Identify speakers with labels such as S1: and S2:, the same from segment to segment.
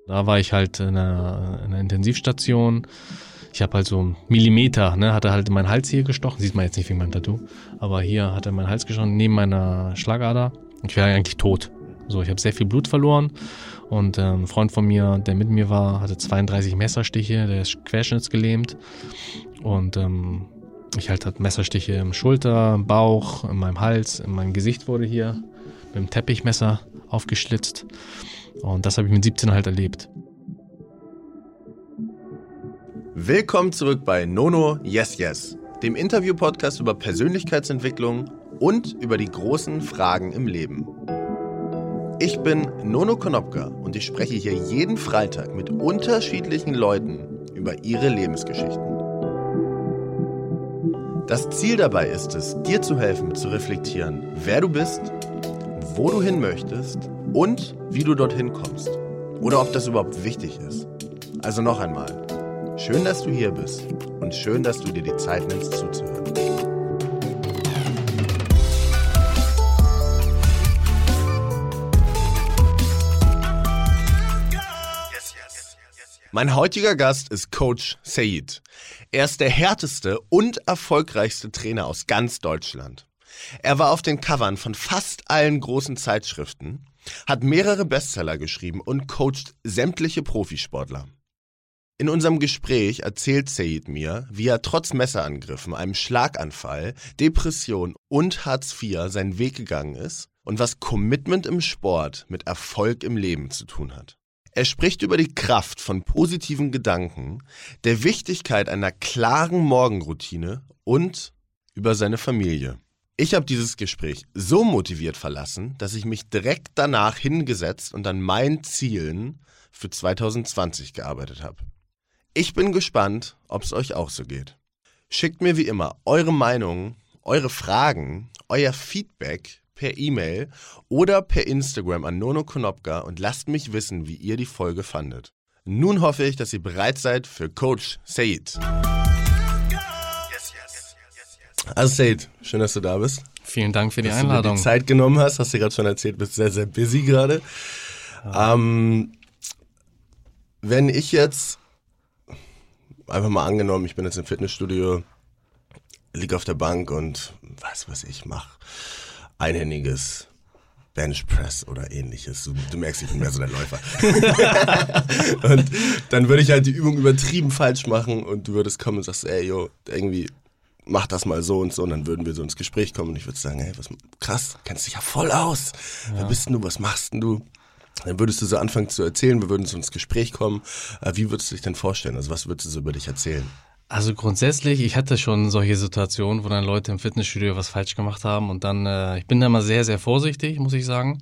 S1: Da war ich halt in einer Intensivstation. Ich habe halt so Millimeter, hatte halt in meinen Hals hier gestochen. Sieht man jetzt nicht wegen meinem Tattoo. Aber hier hat er meinen Hals gestochen, neben meiner Schlagader. Ich wäre eigentlich tot. So, ich habe sehr viel Blut verloren. Und ein Freund von mir, der mit mir war, hatte 32 Messerstiche. Der ist querschnittsgelähmt. Und ich hatte Messerstiche im Schulter, im Bauch, in meinem Hals, in meinem Gesicht wurde hier mit dem Teppichmesser aufgeschlitzt. Und das habe ich mit 17 halt erlebt.
S2: Willkommen zurück bei Nono Yes Yes, dem Interview-Podcast über Persönlichkeitsentwicklung und über die großen Fragen im Leben. Ich bin Nono Konopka und ich spreche hier jeden Freitag mit unterschiedlichen Leuten über ihre Lebensgeschichten. Das Ziel dabei ist es, dir zu helfen, zu reflektieren, wer du bist, wo du hin möchtest und wie du dorthin kommst. Oder ob das überhaupt wichtig ist. Also noch einmal. Schön, dass du hier bist und schön, dass du dir die Zeit nimmst zuzuhören. Mein heutiger Gast ist Coach Said. Er ist der härteste und erfolgreichste Trainer aus ganz Deutschland. Er war auf den Covern von fast allen großen Zeitschriften, hat mehrere Bestseller geschrieben und coacht sämtliche Profisportler. In unserem Gespräch erzählt Said mir, wie er trotz Messerangriffen, einem Schlaganfall, Depression und Hartz IV seinen Weg gegangen ist und was Commitment im Sport mit Erfolg im Leben zu tun hat. Er spricht über die Kraft von positiven Gedanken, der Wichtigkeit einer klaren Morgenroutine und über seine Familie. Ich habe dieses Gespräch so motiviert verlassen, dass ich mich direkt danach hingesetzt und an meinen Zielen für 2020 gearbeitet habe. Ich bin gespannt, ob es euch auch so geht. Schickt mir wie immer eure Meinungen, eure Fragen, euer Feedback per E-Mail oder per Instagram an Nono Konopka und lasst mich wissen, wie ihr die Folge fandet. Nun hoffe ich, dass ihr bereit seid für Coach Said. Also Said, schön, dass du da bist.
S1: Vielen Dank für die Einladung.
S2: Dass du dir die Zeit genommen hast, hast du gerade schon erzählt, bist sehr, sehr busy gerade. Ja. Wenn ich jetzt, einfach mal angenommen, ich bin jetzt im Fitnessstudio, liege auf der Bank und was ich mache, einhändiges Benchpress oder ähnliches. Du merkst, ich bin mehr so der Läufer. Und dann würde ich halt die Übung übertrieben falsch machen und du würdest kommen und sagst, ey, yo, irgendwie mach das mal so und so. Und dann würden wir so ins Gespräch kommen und ich würde sagen, hey, was krass, kennst dich ja voll aus. Ja. Wer bist denn du, was machst denn du? Dann würdest du so anfangen zu erzählen, wir würden so ins Gespräch kommen. Wie würdest du dich denn vorstellen? Also was würdest du so über dich erzählen?
S1: Also grundsätzlich, ich hatte schon solche Situationen, wo dann Leute im Fitnessstudio was falsch gemacht haben und dann, ich bin da mal sehr, sehr vorsichtig, muss ich sagen.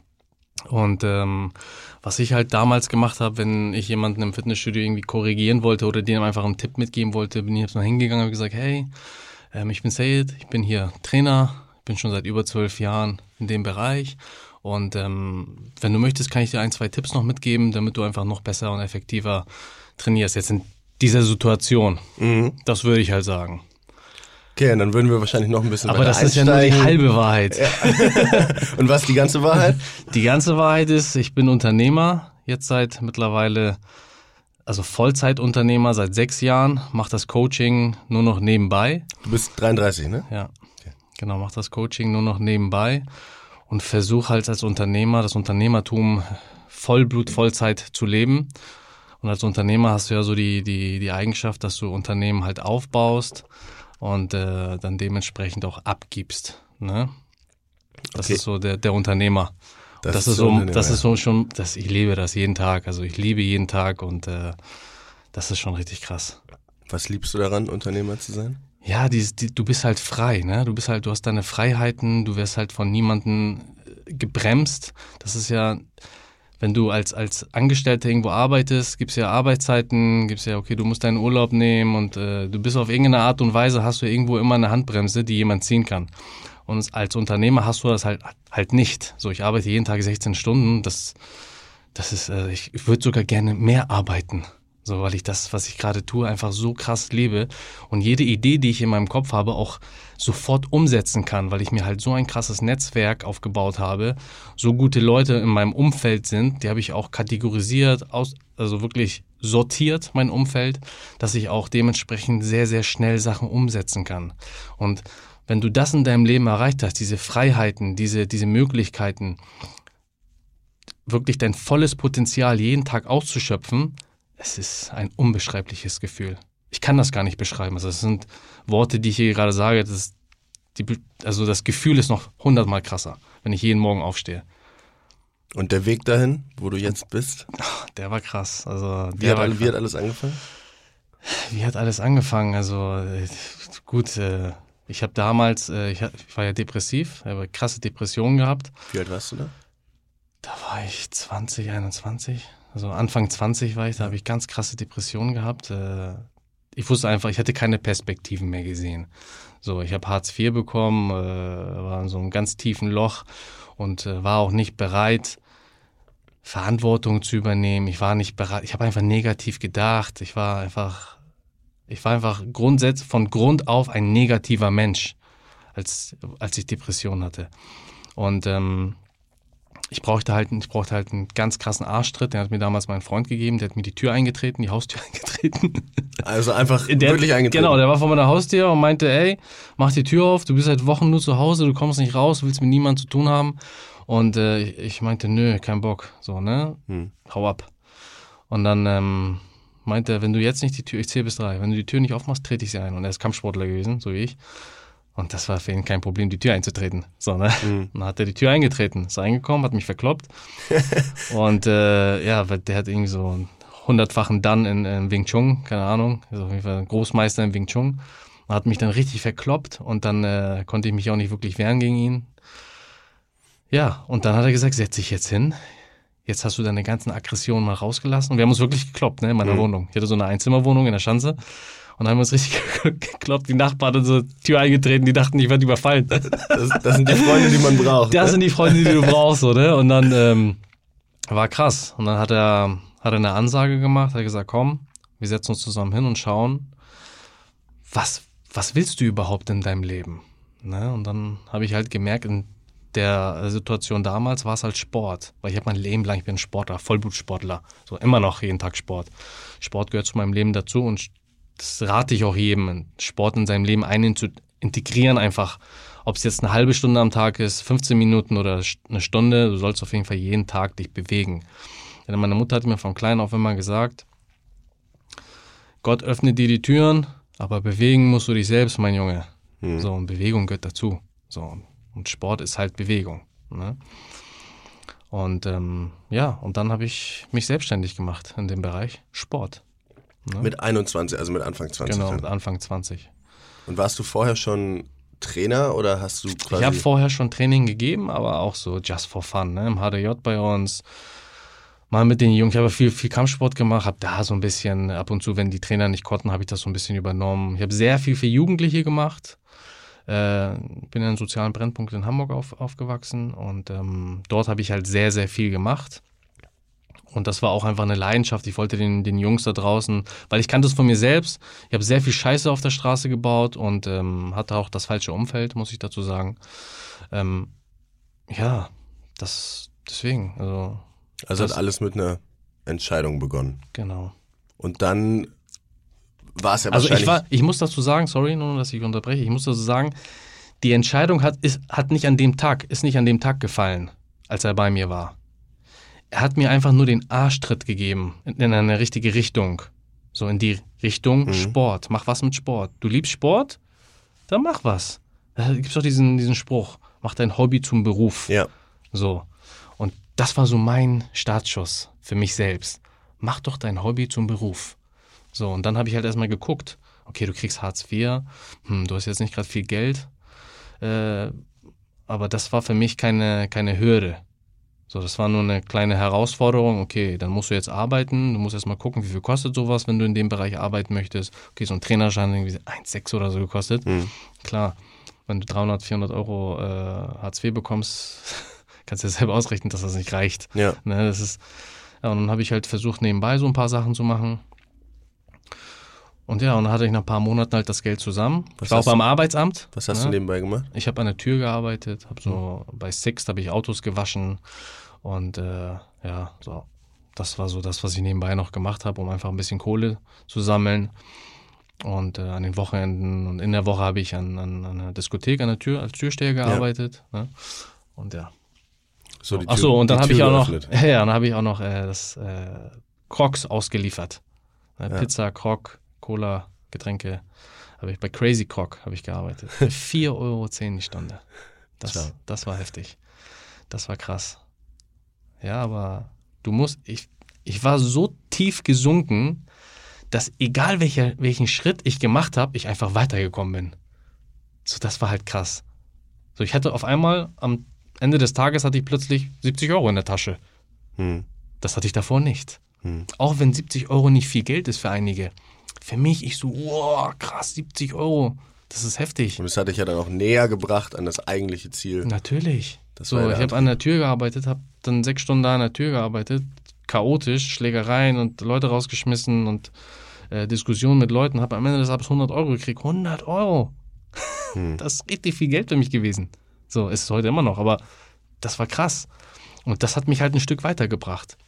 S1: Und was ich halt damals gemacht habe, wenn ich jemanden im Fitnessstudio irgendwie korrigieren wollte oder dem einfach einen Tipp mitgeben wollte, bin ich jetzt mal hingegangen und habe gesagt, hey, ich bin Said, ich bin hier Trainer, ich bin schon seit über 12 Jahren in dem Bereich und wenn du möchtest, kann ich dir 1, 2 Tipps noch mitgeben, damit du einfach noch besser und effektiver trainierst. Jetzt in dieser Situation, das würde ich halt sagen.
S2: Okay, dann würden wir wahrscheinlich noch ein bisschen
S1: weiter einsteigen. Aber das ist ja nur die halbe Wahrheit.
S2: Ja. Und was ist die ganze Wahrheit?
S1: Die ganze Wahrheit ist, ich bin Unternehmer, jetzt seit mittlerweile, also Vollzeitunternehmer seit 6 Jahren, mache das Coaching nur noch nebenbei.
S2: Du bist 33, ne?
S1: Ja, okay. Genau, mache das Coaching nur noch nebenbei und versuche halt als Unternehmer das Unternehmertum Vollblut, Vollzeit zu leben. Und als Unternehmer hast du ja so die Eigenschaft, dass du Unternehmen halt aufbaust und dann dementsprechend auch abgibst. Ne? Das ist so der Unternehmer. Das ist so schon, ich lebe das jeden Tag. Also ich liebe jeden Tag und das ist schon richtig krass.
S2: Was liebst du daran, Unternehmer zu sein?
S1: Ja, du bist halt frei, ne? Du hast deine Freiheiten, du wirst halt von niemandem gebremst. Das ist ja, wenn du als Angestellter irgendwo arbeitest, gibt's ja Arbeitszeiten, gibt's ja, okay, du musst deinen Urlaub nehmen und du bist auf irgendeine Art und Weise, hast du irgendwo immer eine Handbremse, die jemand ziehen kann. Und als Unternehmer hast du das halt nicht. So, ich arbeite jeden Tag 16 Stunden, das ist, ich würde sogar gerne mehr arbeiten. So, weil ich das, was ich gerade tue, einfach so krass lebe und jede Idee, die ich in meinem Kopf habe, auch sofort umsetzen kann, weil ich mir halt so ein krasses Netzwerk aufgebaut habe, so gute Leute in meinem Umfeld sind, die habe ich auch kategorisiert, also wirklich sortiert, mein Umfeld, dass ich auch dementsprechend sehr, sehr schnell Sachen umsetzen kann. Und wenn du das in deinem Leben erreicht hast, diese Freiheiten, diese Möglichkeiten, wirklich dein volles Potenzial jeden Tag auszuschöpfen, es ist ein unbeschreibliches Gefühl. Ich kann das gar nicht beschreiben. Also das sind Worte, die ich hier gerade sage. Also das Gefühl ist noch 100-mal krasser, wenn ich jeden Morgen aufstehe.
S2: Und der Weg dahin, wo du jetzt bist?
S1: Der war krass. Also
S2: wie hat alles angefangen?
S1: Wie hat alles angefangen? Also gut, ich habe damals, ich war ja depressiv, habe krasse Depressionen gehabt.
S2: Wie alt warst du da?
S1: Da war ich 20, 21. Also Anfang 20 war ich, da habe ich ganz krasse Depressionen gehabt. Ich wusste einfach, ich hatte keine Perspektiven mehr gesehen. So, ich habe Hartz IV bekommen, war in so einem ganz tiefen Loch und war auch nicht bereit, Verantwortung zu übernehmen. Ich war nicht bereit, ich habe einfach negativ gedacht. Ich war einfach grundsätzlich von Grund auf ein negativer Mensch, als ich Depressionen hatte. Und ich brauchte halt einen ganz krassen Arschtritt. Den hat mir damals mein Freund gegeben. Der hat mir die Haustür eingetreten.
S2: Also einfach wirklich eingetreten?
S1: Genau, der war vor meiner Haustür und meinte, ey, mach die Tür auf, du bist seit Wochen nur zu Hause, du kommst nicht raus, willst mit niemandem zu tun haben. Und ich meinte, nö, kein Bock. So, ne? Hau ab. Und dann meinte er, wenn du jetzt nicht die Tür, ich zähle bis 3, wenn du die Tür nicht aufmachst, trete ich sie ein. Und er ist Kampfsportler gewesen, so wie ich. Und das war für ihn kein Problem, die Tür einzutreten. So, ne? Dann hat er die Tür eingetreten, ist reingekommen, hat mich verkloppt. Und ja, der hat irgendwie so einen 100-fachen Dan in Wing Chun, keine Ahnung, also auf jeden Fall Großmeister in Wing Chun. Hat mich dann richtig verkloppt und dann konnte ich mich auch nicht wirklich wehren gegen ihn. Ja, und dann hat er gesagt, setz dich jetzt hin. Jetzt hast du deine ganzen Aggressionen mal rausgelassen. Und wir haben uns wirklich gekloppt, ne, in meiner Wohnung. Ich hatte so eine Einzimmerwohnung in der Schanze. Und dann haben wir uns richtig gekloppt, die Nachbarn so Tür eingetreten, die dachten, ich werde überfallen.
S2: Das sind die Freunde, die man braucht.
S1: Das sind die Freunde, die du brauchst, so, ne? Und dann war krass. Und dann hat er eine Ansage gemacht, hat gesagt, komm, wir setzen uns zusammen hin und schauen, was willst du überhaupt in deinem Leben? Ne? Und dann habe ich halt gemerkt, in der Situation damals war es halt Sport. Weil ich habe mein Leben lang, ich bin Sportler, Vollblutsportler. So immer noch jeden Tag Sport. Sport gehört zu meinem Leben dazu und das rate ich auch jedem, Sport in seinem Leben zu integrieren einfach. Ob es jetzt eine halbe Stunde am Tag ist, 15 Minuten oder eine Stunde, du sollst auf jeden Fall jeden Tag dich bewegen. Denn meine Mutter hat mir von klein auf immer gesagt, Gott öffnet dir die Türen, aber bewegen musst du dich selbst, mein Junge. So, und Bewegung gehört dazu. So, und Sport ist halt Bewegung. Ne? Und ja, und dann habe ich mich selbstständig gemacht in dem Bereich Sport. Ne?
S2: Mit 21, also mit Anfang 20.
S1: Genau, mit Anfang 20.
S2: Und warst du vorher schon Trainer oder hast du quasi...
S1: Ich habe vorher schon Training gegeben, aber auch so just for fun, ne? Im HDJ bei uns. Mal mit den Jungs, ich habe viel Kampfsport gemacht, habe da so ein bisschen, ab und zu, wenn die Trainer nicht konnten, habe ich das so ein bisschen übernommen. Ich habe sehr viel für Jugendliche gemacht. Bin in einem sozialen Brennpunkt in Hamburg aufgewachsen und dort habe ich halt sehr, sehr viel gemacht. Und das war auch einfach eine Leidenschaft. Ich wollte den Jungs da draußen, weil ich kannte es von mir selbst. Ich habe sehr viel Scheiße auf der Straße gebaut und hatte auch das falsche Umfeld, muss ich dazu sagen. Ja, deswegen.
S2: Also hat alles mit einer Entscheidung begonnen.
S1: Genau.
S2: Und dann war es ja
S1: also
S2: wahrscheinlich...
S1: ich muss dazu sagen, sorry, nur dass ich unterbreche, ich muss dazu sagen, die Entscheidung ist nicht an dem Tag gefallen, als er bei mir war. Er hat mir einfach nur den Arschtritt gegeben in eine richtige Richtung. So in die Richtung Sport. Mach was mit Sport. Du liebst Sport? Dann mach was. Da gibt's doch diesen Spruch. Mach dein Hobby zum Beruf.
S2: Ja.
S1: So. Und das war so mein Startschuss für mich selbst. Mach doch dein Hobby zum Beruf. So, und dann habe ich halt erstmal geguckt. Okay, du kriegst Hartz IV. Du hast jetzt nicht gerade viel Geld. Aber das war für mich keine Hürde. So, das war nur eine kleine Herausforderung. Okay, dann musst du jetzt arbeiten. Du musst erstmal gucken, wie viel kostet sowas, wenn du in dem Bereich arbeiten möchtest. Okay, so ein Trainerschein hat irgendwie 1,6 oder so gekostet. Klar, wenn du 300, 400 Euro Hartz IV bekommst, kannst du dir selber ausrechnen, dass das nicht reicht.
S2: Ja.
S1: Ne, und dann habe ich halt versucht, nebenbei so ein paar Sachen zu machen. Und ja, und dann hatte ich nach ein paar Monaten halt das Geld zusammen.
S2: Was
S1: Ich war auch
S2: hast du-
S1: beim Arbeitsamt.
S2: Was hast du nebenbei gemacht?
S1: Ich habe an der Tür gearbeitet, habe so bei Sixt habe ich Autos gewaschen und ja, so. Das war so das, was ich nebenbei noch gemacht habe, um einfach ein bisschen Kohle zu sammeln. Und an den Wochenenden und in der Woche habe ich an einer Diskothek an der Tür als Türsteher gearbeitet. Ne? Und ja.
S2: So, die
S1: Ach so, und dann
S2: die
S1: habe ich
S2: Tür
S1: auch noch,
S2: geöffnet.
S1: ja, dann habe ich auch noch das Crocs ausgeliefert. Pizza, Croc, Cola, Getränke. Habe ich bei Crazy Croc habe ich gearbeitet. Für 4,10 Euro die Stunde.
S2: Tja.
S1: Das war heftig. Das war krass. Ja, aber ich war so tief gesunken, dass egal welchen Schritt ich gemacht habe, ich einfach weitergekommen bin. So, das war halt krass. So, ich hatte auf einmal am Ende des Tages hatte ich plötzlich 70 Euro in der Tasche. Das hatte ich davor nicht. Auch wenn 70 Euro nicht viel Geld ist für einige. Für mich, ich so, wow, krass, 70 Euro. Das ist heftig.
S2: Und das hat dich ja dann auch näher gebracht an das eigentliche Ziel.
S1: Natürlich.
S2: Das
S1: So,
S2: war ja
S1: ich
S2: der
S1: habe an der Tür gearbeitet, habe dann 6 Stunden da an der Tür gearbeitet. Chaotisch, Schlägereien und Leute rausgeschmissen und Diskussionen mit Leuten. Habe am Ende des Abends 100 Euro gekriegt. 100 Euro. Das ist richtig viel Geld für mich gewesen. So, ist es heute immer noch, aber das war krass. Und das hat mich halt ein Stück weitergebracht.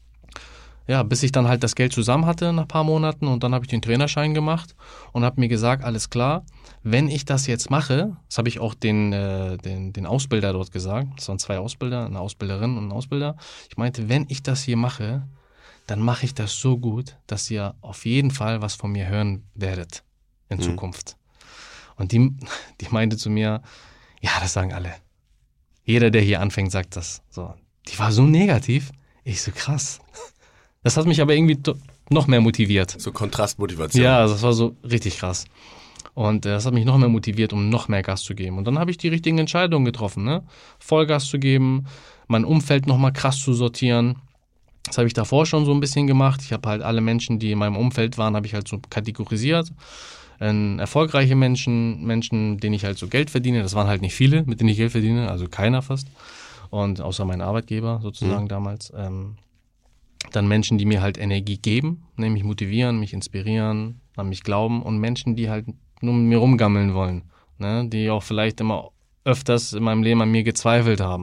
S1: Ja, bis ich dann halt das Geld zusammen hatte nach ein paar Monaten und dann habe ich den Trainerschein gemacht und habe mir gesagt, alles klar, wenn ich das jetzt mache, das habe ich auch den Ausbilder dort gesagt, das waren 2 Ausbilder, eine Ausbilderin und ein Ausbilder, ich meinte, wenn ich das hier mache, dann mache ich das so gut, dass ihr auf jeden Fall was von mir hören werdet in Zukunft. Und die meinte zu mir, ja, das sagen alle. Jeder, der hier anfängt, sagt das. So, die war so negativ. Ich so, krass. Das hat mich aber irgendwie noch mehr motiviert.
S2: So Kontrastmotivation.
S1: Ja, also das war so richtig krass. Und das hat mich noch mehr motiviert, um noch mehr Gas zu geben. Und dann habe ich die richtigen Entscheidungen getroffen, ne? Vollgas zu geben, mein Umfeld nochmal krass zu sortieren. Das habe ich davor schon so ein bisschen gemacht. Ich habe halt alle Menschen, die in meinem Umfeld waren, habe ich halt so kategorisiert. Erfolgreiche Menschen, denen ich halt so Geld verdiene. Das waren halt nicht viele, mit denen ich Geld verdiene, also keiner fast. Und außer mein Arbeitgeber sozusagen damals. Dann Menschen, die mir halt Energie geben, ne, mich motivieren, mich inspirieren, an mich glauben und Menschen, die halt nur mit mir rumgammeln wollen, ne, die auch vielleicht immer öfters in meinem Leben an mir gezweifelt haben.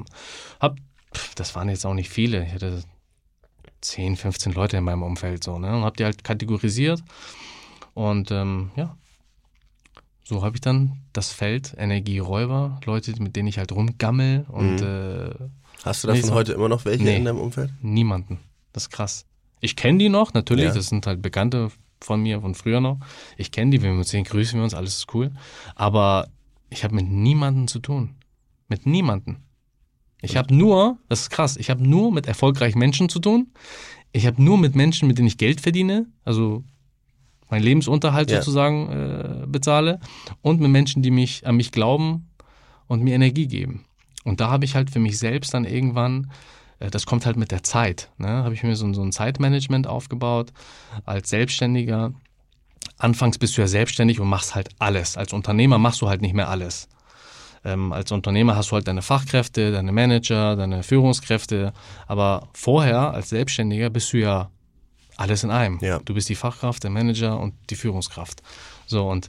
S1: Das waren jetzt auch nicht viele, ich hatte 10, 15 Leute in meinem Umfeld so, ne, und habe die halt kategorisiert und ja, so habe ich dann das Feld Energieräuber, Leute, mit denen ich halt rumgammel und
S2: Hast du davon heute immer noch welche in deinem Umfeld?
S1: Niemanden. Das ist krass. Ich kenne die noch, natürlich,
S2: Ja.
S1: das sind halt Bekannte von mir, von früher noch. Ich kenne die, wenn wir uns sehen, grüßen wir uns, alles ist cool. Aber ich habe mit niemandem zu tun. Mit niemandem. Ich habe nur, das ist krass, ich habe nur mit erfolgreichen Menschen zu tun. Ich habe nur mit Menschen, mit denen ich Geld verdiene, also meinen Lebensunterhalt sozusagen bezahle. Und mit Menschen, die an mich glauben und mir Energie geben. Und da habe ich halt für mich selbst dann irgendwann, das kommt halt mit der Zeit, ne, habe ich mir so ein Zeitmanagement aufgebaut als Selbstständiger. Anfangs bist du ja selbstständig und machst halt alles. Als Unternehmer machst du halt nicht mehr alles. Als Unternehmer hast du halt deine Fachkräfte, deine Manager, deine Führungskräfte. Aber vorher als Selbstständiger bist du ja alles in einem.
S2: Ja.
S1: Du bist die Fachkraft, der Manager und die Führungskraft. So, und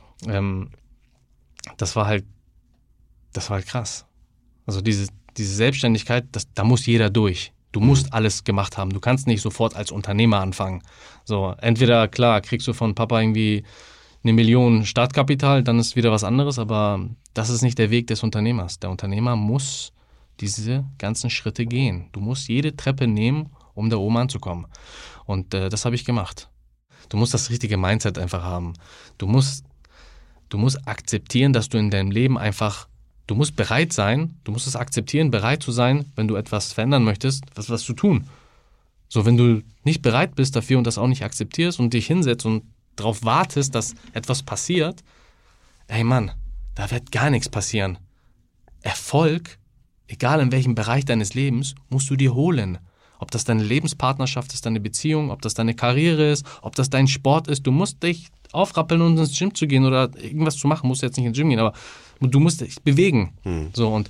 S1: das war halt krass. Also diese Selbstständigkeit, da muss jeder durch. Du musst alles gemacht haben. Du kannst nicht sofort als Unternehmer anfangen. So, entweder, klar, kriegst du von Papa irgendwie 1 Million Startkapital, dann ist wieder was anderes, aber das ist nicht der Weg des Unternehmers. Der Unternehmer muss diese ganzen Schritte gehen. Du musst jede Treppe nehmen, um da oben anzukommen. Und das habe ich gemacht. Du musst das richtige Mindset einfach haben. Du musst akzeptieren, dass du in deinem Leben einfach, du musst bereit sein, du musst es akzeptieren, bereit zu sein, wenn du etwas verändern möchtest, was zu tun. So, wenn du nicht bereit bist dafür und das auch nicht akzeptierst und dich hinsetzt und darauf wartest, dass etwas passiert, ey Mann, da wird gar nichts passieren. Erfolg, egal in welchem Bereich deines Lebens, musst du dir holen. Ob das deine Lebenspartnerschaft ist, deine Beziehung, ob das deine Karriere ist, ob das dein Sport ist. Du musst dich aufrappeln, um ins Gym zu gehen oder irgendwas zu machen. Du musst jetzt nicht ins Gym gehen, aber du musst dich bewegen. So, und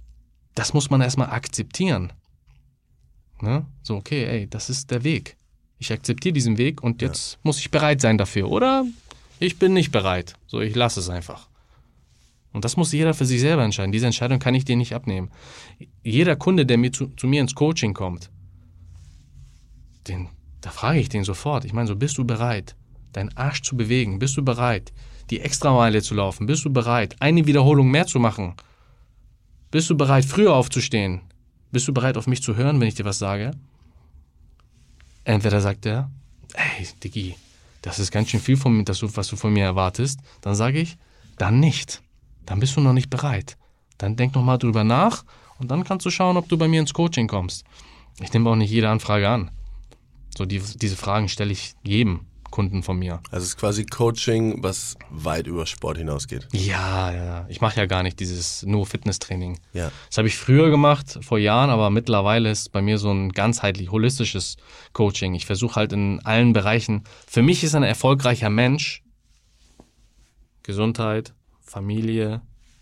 S1: das muss man erstmal akzeptieren. Ne? So, okay, ey, das ist der Weg. Ich akzeptiere diesen Weg und jetzt muss ich bereit sein dafür. Oder ich bin nicht bereit. So, ich lasse es einfach. Und das muss jeder für sich selber entscheiden. Diese Entscheidung kann ich dir nicht abnehmen. Jeder Kunde, der zu mir ins Coaching kommt, da frage ich den sofort. Ich meine, so, bist du bereit, deinen Arsch zu bewegen? Bist du bereit, die Extrameile zu laufen? Bist du bereit, eine Wiederholung mehr zu machen? Bist du bereit, früher aufzustehen? Bist du bereit, auf mich zu hören, wenn ich dir was sage? Entweder sagt er, ey, Diggi, das ist ganz schön viel von mir, was du von mir erwartest. Dann sage ich, dann nicht. Dann bist du noch nicht bereit. Dann denk noch mal drüber nach und dann kannst du schauen, ob du bei mir ins Coaching kommst. Ich nehme auch nicht jede Anfrage an. So, diese Fragen stelle ich jedem Kunden von mir.
S2: Also es ist quasi Coaching, was weit über Sport hinausgeht.
S1: Ja. Ich mache ja gar nicht dieses nur Fitnesstraining.
S2: Ja.
S1: Das habe ich früher gemacht, vor Jahren, aber mittlerweile ist bei mir so ein ganzheitlich holistisches Coaching. Ich versuche halt in allen Bereichen. Für mich ist ein erfolgreicher Mensch Gesundheit, Familie,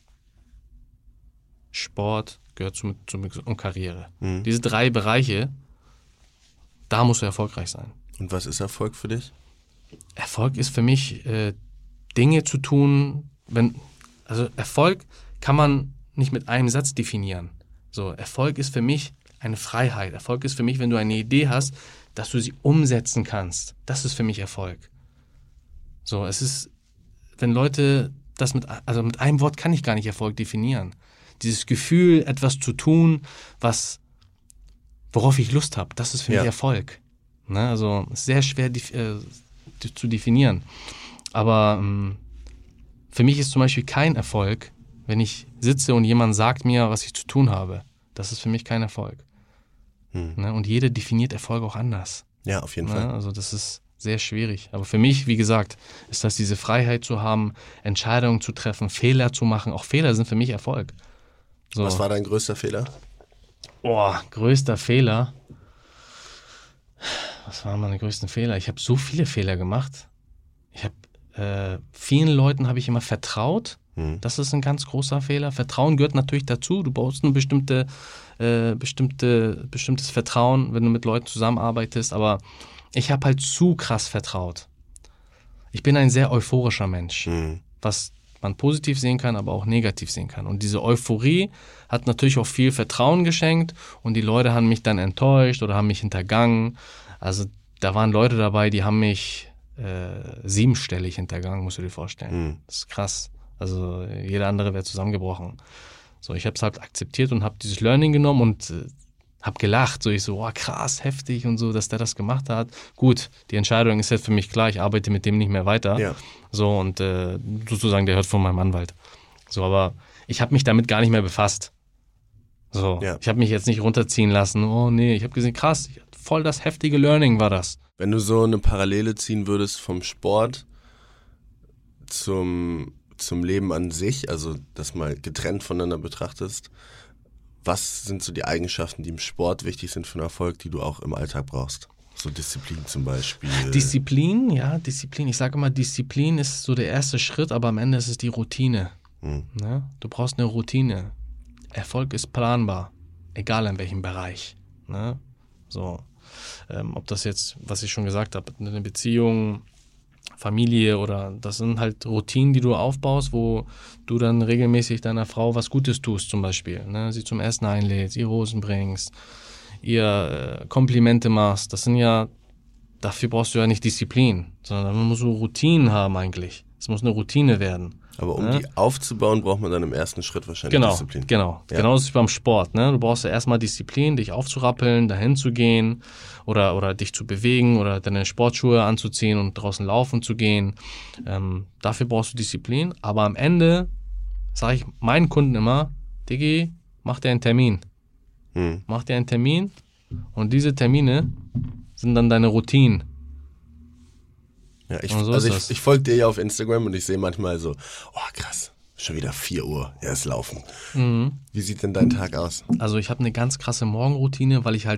S1: Sport gehört und Karriere. Diese 3 Bereiche, da musst du erfolgreich sein.
S2: Und was ist Erfolg für dich?
S1: Erfolg ist für mich, Dinge zu tun, also Erfolg kann man nicht mit einem Satz definieren. So, Erfolg ist für mich eine Freiheit. Erfolg ist für mich, wenn du eine Idee hast, dass du sie umsetzen kannst. Das ist für mich Erfolg. So, es ist, wenn Leute das mit einem Wort kann ich gar nicht Erfolg definieren. Dieses Gefühl, etwas zu tun, worauf ich Lust habe, das ist für mich Erfolg. Ne? Also sehr schwer zu definieren. Aber für mich ist zum Beispiel kein Erfolg, wenn ich sitze und jemand sagt mir, was ich zu tun habe. Das ist für mich kein Erfolg. Ne? Und jeder definiert Erfolg auch anders.
S2: Ja, auf jeden Fall.
S1: Also das ist sehr schwierig. Aber für mich, wie gesagt, ist das diese Freiheit zu haben, Entscheidungen zu treffen, Fehler zu machen. Auch Fehler sind für mich Erfolg. So.
S2: Was war dein größter Fehler?
S1: Größter Fehler. Was waren meine größten Fehler? Ich habe so viele Fehler gemacht. Vielen Leuten habe ich immer vertraut. Das ist ein ganz großer Fehler. Vertrauen gehört natürlich dazu. Du brauchst ein bestimmtes Vertrauen, wenn du mit Leuten zusammenarbeitest. Aber ich habe halt zu krass vertraut. Ich bin ein sehr euphorischer Mensch, was man positiv sehen kann, aber auch negativ sehen kann. Und diese Euphorie hat natürlich auch viel Vertrauen geschenkt und die Leute haben mich dann enttäuscht oder haben mich hintergangen. Also da waren Leute dabei, die haben mich 7-stellig hintergangen, musst du dir vorstellen. Das ist krass. Also jeder andere wäre zusammengebrochen. So, ich habe es halt akzeptiert und habe dieses Learning genommen und habe gelacht. So, ich so, krass, heftig und so, dass der das gemacht hat. Gut, die Entscheidung ist jetzt für mich klar, ich arbeite mit dem nicht mehr weiter. Ja. So, und sozusagen, der hört von meinem Anwalt. So, aber ich habe mich damit gar nicht mehr befasst. So, ich habe mich jetzt nicht runterziehen lassen. Oh nee, ich habe gesehen, krass, voll das heftige Learning war das.
S2: Wenn du so eine Parallele ziehen würdest vom Sport zum Leben an sich, also das mal getrennt voneinander betrachtest, was sind so die Eigenschaften, die im Sport wichtig sind für einen Erfolg, die du auch im Alltag brauchst? So Disziplin zum Beispiel.
S1: Disziplin. Ich sage immer, Disziplin ist so der erste Schritt, aber am Ende ist es die Routine. Ne? Du brauchst eine Routine. Erfolg ist planbar, egal in welchem Bereich. Ne? So, ob das jetzt, was ich schon gesagt habe, eine Beziehung, Familie oder das sind halt Routinen, die du aufbaust, wo du dann regelmäßig deiner Frau was Gutes tust zum Beispiel. Ne? Sie zum Essen einlädst, ihr Rosen bringst, ihr Komplimente machst. Das sind ja, dafür brauchst du ja nicht Disziplin, sondern man muss so Routinen haben eigentlich. Es muss eine Routine werden.
S2: Aber um die aufzubauen, braucht man dann im ersten Schritt wahrscheinlich Disziplin.
S1: Genau. Genauso wie beim Sport. Ne? Du brauchst ja erstmal Disziplin, dich aufzurappeln, dahin zu gehen oder dich zu bewegen oder deine Sportschuhe anzuziehen und draußen laufen zu gehen. Dafür brauchst du Disziplin. Aber am Ende sage ich meinen Kunden immer, Diggi, mach dir einen Termin. Mach dir einen Termin und diese Termine sind dann deine Routinen.
S2: Ja, ich folge dir ja auf Instagram und ich sehe manchmal so, krass, schon wieder 4 Uhr, erst laufen. Wie sieht denn dein Tag aus?
S1: Also ich habe eine ganz krasse Morgenroutine, weil ich halt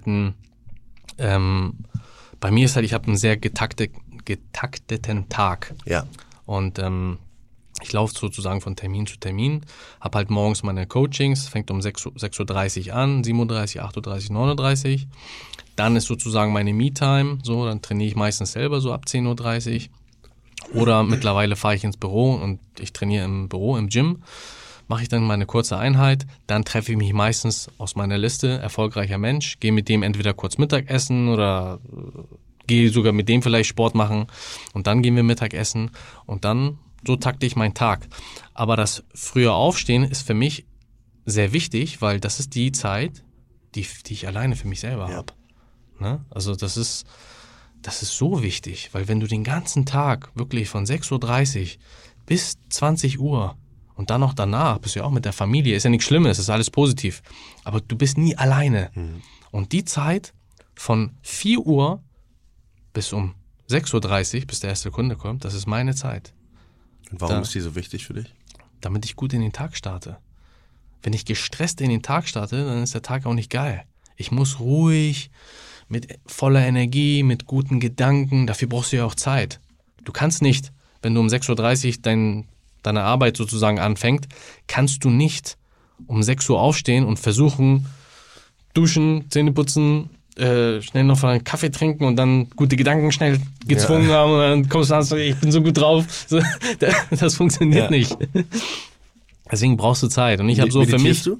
S1: bei mir ist halt, ich habe einen sehr getakteten Tag.
S2: Ja.
S1: Und ich laufe sozusagen von Termin zu Termin, habe halt morgens meine Coachings, fängt um 6.30 Uhr an, 7.30 Uhr, 8.30 Uhr, 9.30 Uhr. Dann ist sozusagen meine Me-Time, so, dann trainiere ich meistens selber so ab 10:30 Uhr. Oder mittlerweile fahre ich ins Büro und ich trainiere im Büro, im Gym. Mache ich dann meine kurze Einheit. Dann treffe ich mich meistens aus meiner Liste, erfolgreicher Mensch, gehe mit dem entweder kurz Mittagessen oder gehe sogar mit dem vielleicht Sport machen. Und dann gehen wir Mittagessen und dann so takte ich meinen Tag. Aber das frühe Aufstehen ist für mich sehr wichtig, weil das ist die Zeit, die ich alleine für mich selber habe. Ne? Also das ist so wichtig, weil wenn du den ganzen Tag wirklich von 6:30 Uhr bis 20 Uhr und dann noch danach bist du ja auch mit der Familie, ist ja nichts Schlimmes, ist alles positiv, aber du bist nie alleine. Und die Zeit von 4 Uhr bis um 6:30 Uhr, bis der erste Kunde kommt, das ist meine Zeit.
S2: Und warum ist die so wichtig für dich?
S1: Damit ich gut in den Tag starte. Wenn ich gestresst in den Tag starte, dann ist der Tag auch nicht geil. Ich muss ruhig, mit voller Energie, mit guten Gedanken, dafür brauchst du ja auch Zeit. Du kannst nicht, wenn du um 6:30 Uhr deine Arbeit sozusagen anfängt, kannst du nicht um 6 Uhr aufstehen und versuchen, duschen, Zähne putzen, schnell noch einen Kaffee trinken und dann gute Gedanken schnell gezwungen haben und dann kommst du an, ich bin so gut drauf. So, das funktioniert nicht. Deswegen brauchst du Zeit. Und ich habe so für mich...
S2: Du?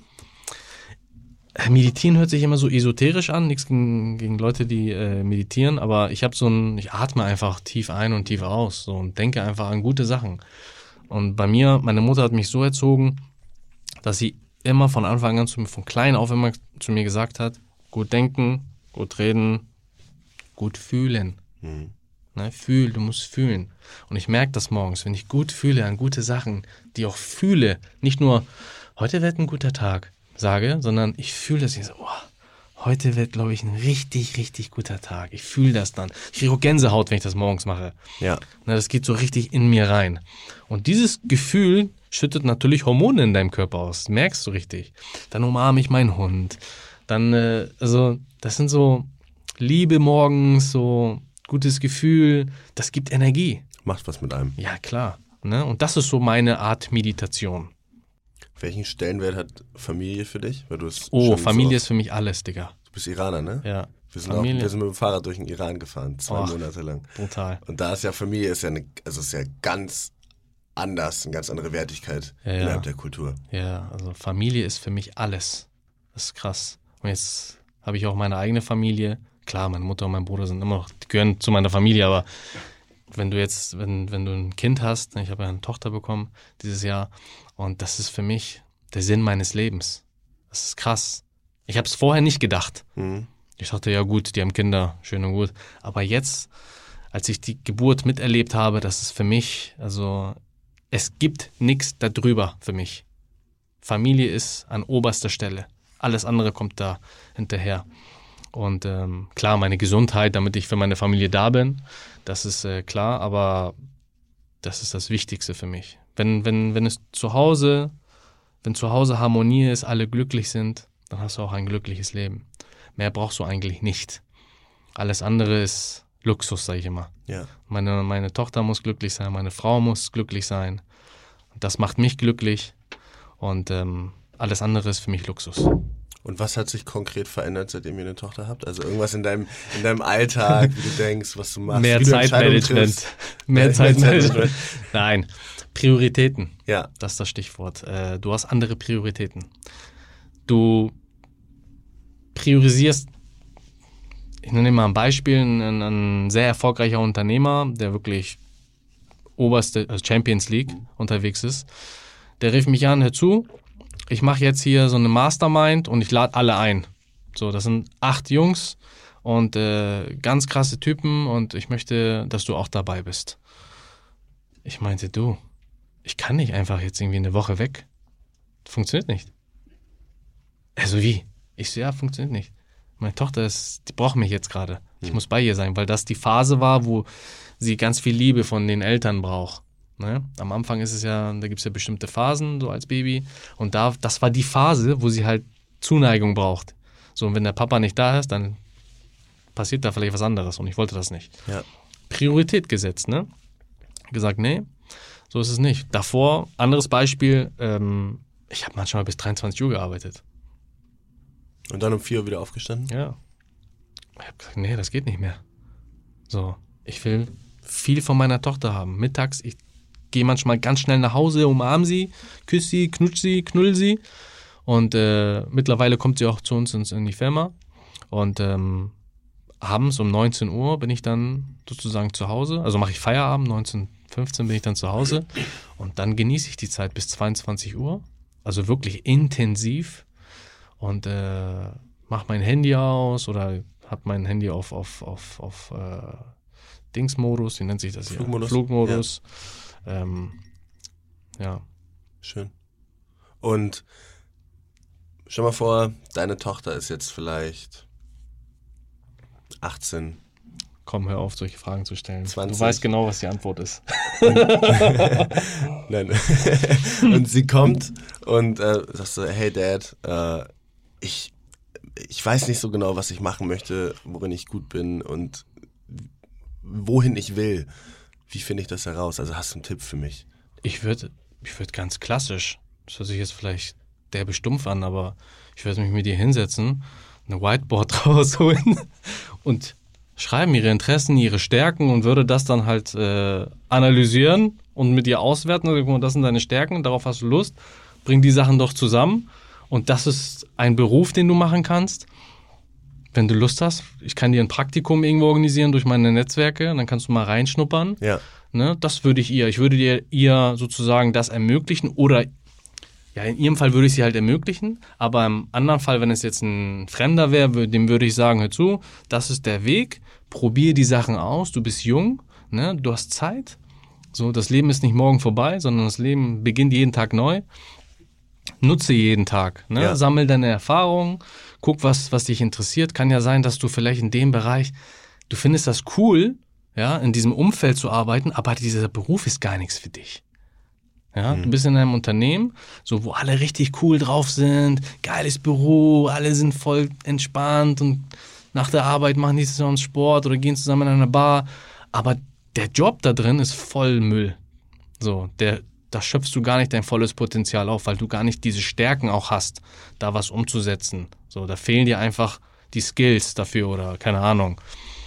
S1: Meditieren hört sich immer so esoterisch an, nichts gegen Leute, die meditieren, aber ich ich atme einfach tief ein und tief aus so, und denke einfach an gute Sachen. Und bei mir, meine Mutter hat mich so erzogen, dass sie immer von Anfang an, von klein auf immer zu mir gesagt hat, gut denken, gut reden, gut fühlen. Ne, du musst fühlen. Und ich merke das morgens, wenn ich gut fühle an gute Sachen, die auch fühle, nicht nur, heute wird ein guter Tag, sage, sondern ich fühle das, ich so, heute wird, glaube ich, ein richtig, richtig guter Tag. Ich fühle das dann. Ich kriege auch Gänsehaut, wenn ich das morgens mache.
S2: Ja.
S1: Na, das geht so richtig in mir rein. Und dieses Gefühl schüttet natürlich Hormone in deinem Körper aus. Das merkst du richtig. Dann umarme ich meinen Hund. Dann, das sind so Liebe morgens, so gutes Gefühl. Das gibt Energie.
S2: Macht was mit einem.
S1: Ja, klar. Ne? Und das ist so meine Art Meditation.
S2: Welchen Stellenwert hat Familie für dich? Weil du
S1: Familie ist für mich alles, Digga.
S2: Du bist Iraner, ne?
S1: Ja.
S2: Wir sind mit dem Fahrrad durch den Iran gefahren, 2 Monate lang.
S1: Brutal.
S2: Und da ist ja Familie ist ja ganz anders, eine ganz andere Wertigkeit innerhalb der Kultur.
S1: Ja, also Familie ist für mich alles. Das ist krass. Und jetzt habe ich auch meine eigene Familie. Klar, meine Mutter und mein Bruder sind immer noch, die gehören zu meiner Familie, aber wenn du jetzt, wenn du ein Kind hast, ich habe ja eine Tochter bekommen dieses Jahr, und das ist für mich der Sinn meines Lebens. Das ist krass. Ich habe es vorher nicht gedacht. Ich dachte, ja gut, die haben Kinder, schön und gut. Aber jetzt, als ich die Geburt miterlebt habe, das ist für mich, also es gibt nichts darüber für mich. Familie ist an oberster Stelle. Alles andere kommt da hinterher. Und klar, meine Gesundheit, damit ich für meine Familie da bin, das ist klar, aber das ist das Wichtigste für mich. Wenn zu Hause Harmonie ist, alle glücklich sind, dann hast du auch ein glückliches Leben. Mehr brauchst du eigentlich nicht. Alles andere ist Luxus, sage ich immer.
S2: Ja.
S1: Meine Tochter muss glücklich sein, meine Frau muss glücklich sein. Das macht mich glücklich und alles andere ist für mich Luxus.
S2: Und was hat sich konkret verändert, seitdem ihr eine Tochter habt? Also irgendwas in deinem Alltag, wie du denkst, was du machst?
S1: Mehr Zeitmanagement. Mehr Zeitmanagement. Nein, Prioritäten.
S2: Ja.
S1: Das ist das Stichwort. Du hast andere Prioritäten. Du priorisierst, ich nenne mal ein Beispiel, ein sehr erfolgreicher Unternehmer, der wirklich oberste, also Champions League unterwegs ist, der rief mich an, hör zu, ich mache jetzt hier so eine Mastermind und ich lade alle ein. So, das sind 8 Jungs und ganz krasse Typen und ich möchte, dass du auch dabei bist. Ich meinte, ich kann nicht einfach jetzt irgendwie eine Woche weg. Funktioniert nicht. Also wie? Ich so, ja, funktioniert nicht. Meine Tochter die braucht mich jetzt gerade. Ich muss bei ihr sein, weil das die Phase war, wo sie ganz viel Liebe von den Eltern braucht. Ne? Am Anfang ist es ja, da gibt es ja bestimmte Phasen, so als Baby. Und das war die Phase, wo sie halt Zuneigung braucht. So, und wenn der Papa nicht da ist, dann passiert da vielleicht was anderes. Und ich wollte das nicht.
S2: Ja.
S1: Priorität gesetzt, ne? Gesagt, nee, so ist es nicht. Davor, anderes Beispiel, ich habe manchmal bis 23 Uhr gearbeitet.
S2: Und dann um 4 Uhr wieder aufgestanden?
S1: Ja. Ich habe gesagt, nee, das geht nicht mehr. So, ich will viel von meiner Tochter haben. Mittags, ich gehe manchmal ganz schnell nach Hause, umarme sie, küsse sie, knutsch sie, knull sie. Und mittlerweile kommt sie auch zu uns in die Firma. Und abends um 19 Uhr bin ich dann sozusagen zu Hause. Also mache ich Feierabend, 19:15 bin ich dann zu Hause. Und dann genieße ich die Zeit bis 22 Uhr. Also wirklich intensiv. Und mache mein Handy aus oder habe mein Handy auf Dingsmodus, wie nennt sich das hier? Flugmodus. Ja.
S2: Schön. Und stell mal vor, deine Tochter ist jetzt vielleicht 18.
S1: Komm, hör auf, solche Fragen zu stellen.
S2: 20.
S1: Du weißt genau, was die Antwort ist.
S2: Nein. Und sie kommt und sagst so, hey Dad, ich weiß nicht so genau, was ich machen möchte, worin ich gut bin und wohin ich will. Wie finde ich das heraus? Also hast du einen Tipp für mich?
S1: Ich würd ganz klassisch, das hört sich jetzt vielleicht derbe stumpf an, aber ich würde mich mit dir hinsetzen, eine Whiteboard rausholen und schreiben ihre Interessen, ihre Stärken und würde das dann halt analysieren und mit ihr auswerten. Also, guck mal, das sind deine Stärken, darauf hast du Lust, bring die Sachen doch zusammen und das ist ein Beruf, den du machen kannst. Wenn du Lust hast, ich kann dir ein Praktikum irgendwo organisieren durch meine Netzwerke, dann kannst du mal reinschnuppern.
S2: Ja.
S1: Ne, das würde ich würde ihr sozusagen das ermöglichen oder ja, in ihrem Fall würde ich sie halt ermöglichen, aber im anderen Fall, wenn es jetzt ein Fremder wäre, dem würde ich sagen, hör zu, das ist der Weg, probier die Sachen aus, du bist jung, ne, du hast Zeit, so, das Leben ist nicht morgen vorbei, sondern das Leben beginnt jeden Tag neu, nutze jeden Tag, ne,
S2: Ja.
S1: sammel deine Erfahrungen, guck, was dich interessiert, kann ja sein, dass du vielleicht in dem Bereich, du findest das cool, ja, in diesem Umfeld zu arbeiten, aber dieser Beruf ist gar nichts für dich. Ja, du bist in einem Unternehmen, so wo alle richtig cool drauf sind, geiles Büro, alle sind voll entspannt und nach der Arbeit machen die zusammen Sport oder gehen zusammen in eine Bar. Aber der Job da drin ist voll Müll. So, da schöpfst du gar nicht dein volles Potenzial auf, weil du gar nicht diese Stärken auch hast, da was umzusetzen. So, da fehlen dir einfach die Skills dafür oder keine Ahnung,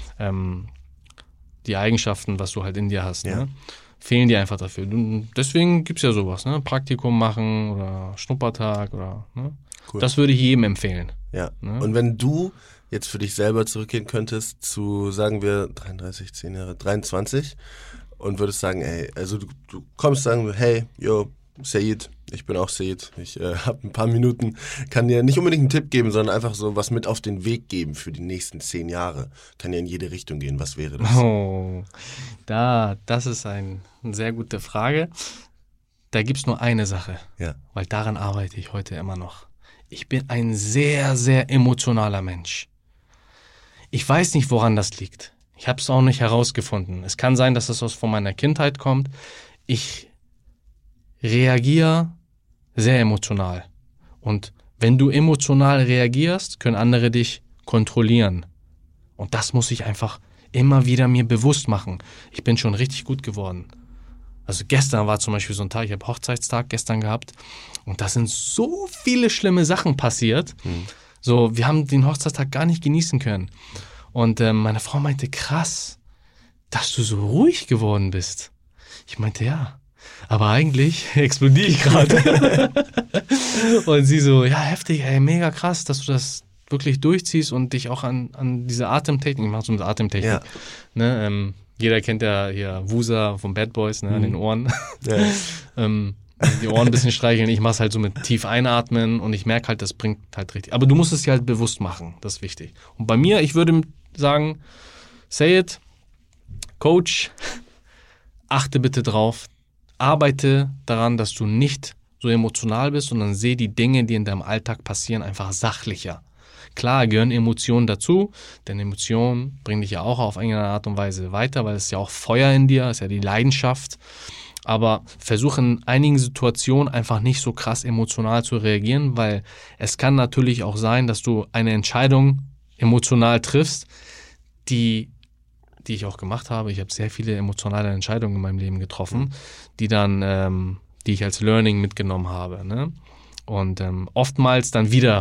S1: die Eigenschaften, was du halt in dir hast.
S2: Ja.
S1: Ne? Fehlen dir einfach dafür. Deswegen gibt es ja sowas, ne? Praktikum machen oder Schnuppertag oder, ne?
S2: Cool.
S1: Das würde ich jedem empfehlen.
S2: Ja.
S1: Ne?
S2: Und wenn du jetzt für dich selber zurückgehen könntest zu, sagen wir, 33, 10 Jahre, 23 und würdest sagen, ey, also du kommst sagen, hey, yo, Sayid, ich bin auch Sayid, ich habe ein paar Minuten, kann dir nicht unbedingt einen Tipp geben, sondern einfach so was mit auf den Weg geben für die nächsten 10 Jahre. Kann ja in jede Richtung gehen, was wäre das?
S1: Oh, das ist eine sehr gute Frage. Da gibt es nur eine Sache,
S2: Ja.
S1: weil daran arbeite ich heute immer noch. Ich bin ein sehr, sehr emotionaler Mensch. Ich weiß nicht, woran das liegt. Ich habe es auch nicht herausgefunden. Es kann sein, dass das von meiner Kindheit kommt. Ich reagiere sehr emotional. Und wenn du emotional reagierst, können andere dich kontrollieren. Und das muss ich einfach immer wieder mir bewusst machen. Ich bin schon richtig gut geworden. Also gestern war zum Beispiel so ein Tag, ich habe Hochzeitstag gestern gehabt und da sind so viele schlimme Sachen passiert. So, wir haben den Hochzeitstag gar nicht genießen können. Und meine Frau meinte, krass, dass du so ruhig geworden bist. Ich meinte, ja. Aber eigentlich explodiere ich gerade. Und sie so, ja, heftig, ey, mega krass, dass du das wirklich durchziehst und dich auch an diese Atemtechnik, ich mache so mit Atemtechnik.
S2: Ja.
S1: Ne, jeder kennt ja hier Wusa von Bad Boys, ne, an den Ohren.
S2: Ja.
S1: Die Ohren ein bisschen streicheln, ich mache es halt so mit tief einatmen und ich merke halt, das bringt halt richtig. Aber du musst es dir halt bewusst machen, das ist wichtig. Und bei mir, ich würde sagen, Sayid, Coach, achte bitte drauf, arbeite daran, dass du nicht so emotional bist, sondern sehe die Dinge, die in deinem Alltag passieren, einfach sachlicher. Klar gehören Emotionen dazu, denn Emotionen bringen dich ja auch auf irgendeine Art und Weise weiter, weil es ist ja auch Feuer in dir, ist ja die Leidenschaft. Aber versuche in einigen Situationen einfach nicht so krass emotional zu reagieren, weil es kann natürlich auch sein, dass du eine Entscheidung emotional triffst, die ich auch gemacht habe. Ich habe sehr viele emotionale Entscheidungen in meinem Leben getroffen, die ich als Learning mitgenommen habe. Ne? Und oftmals dann wieder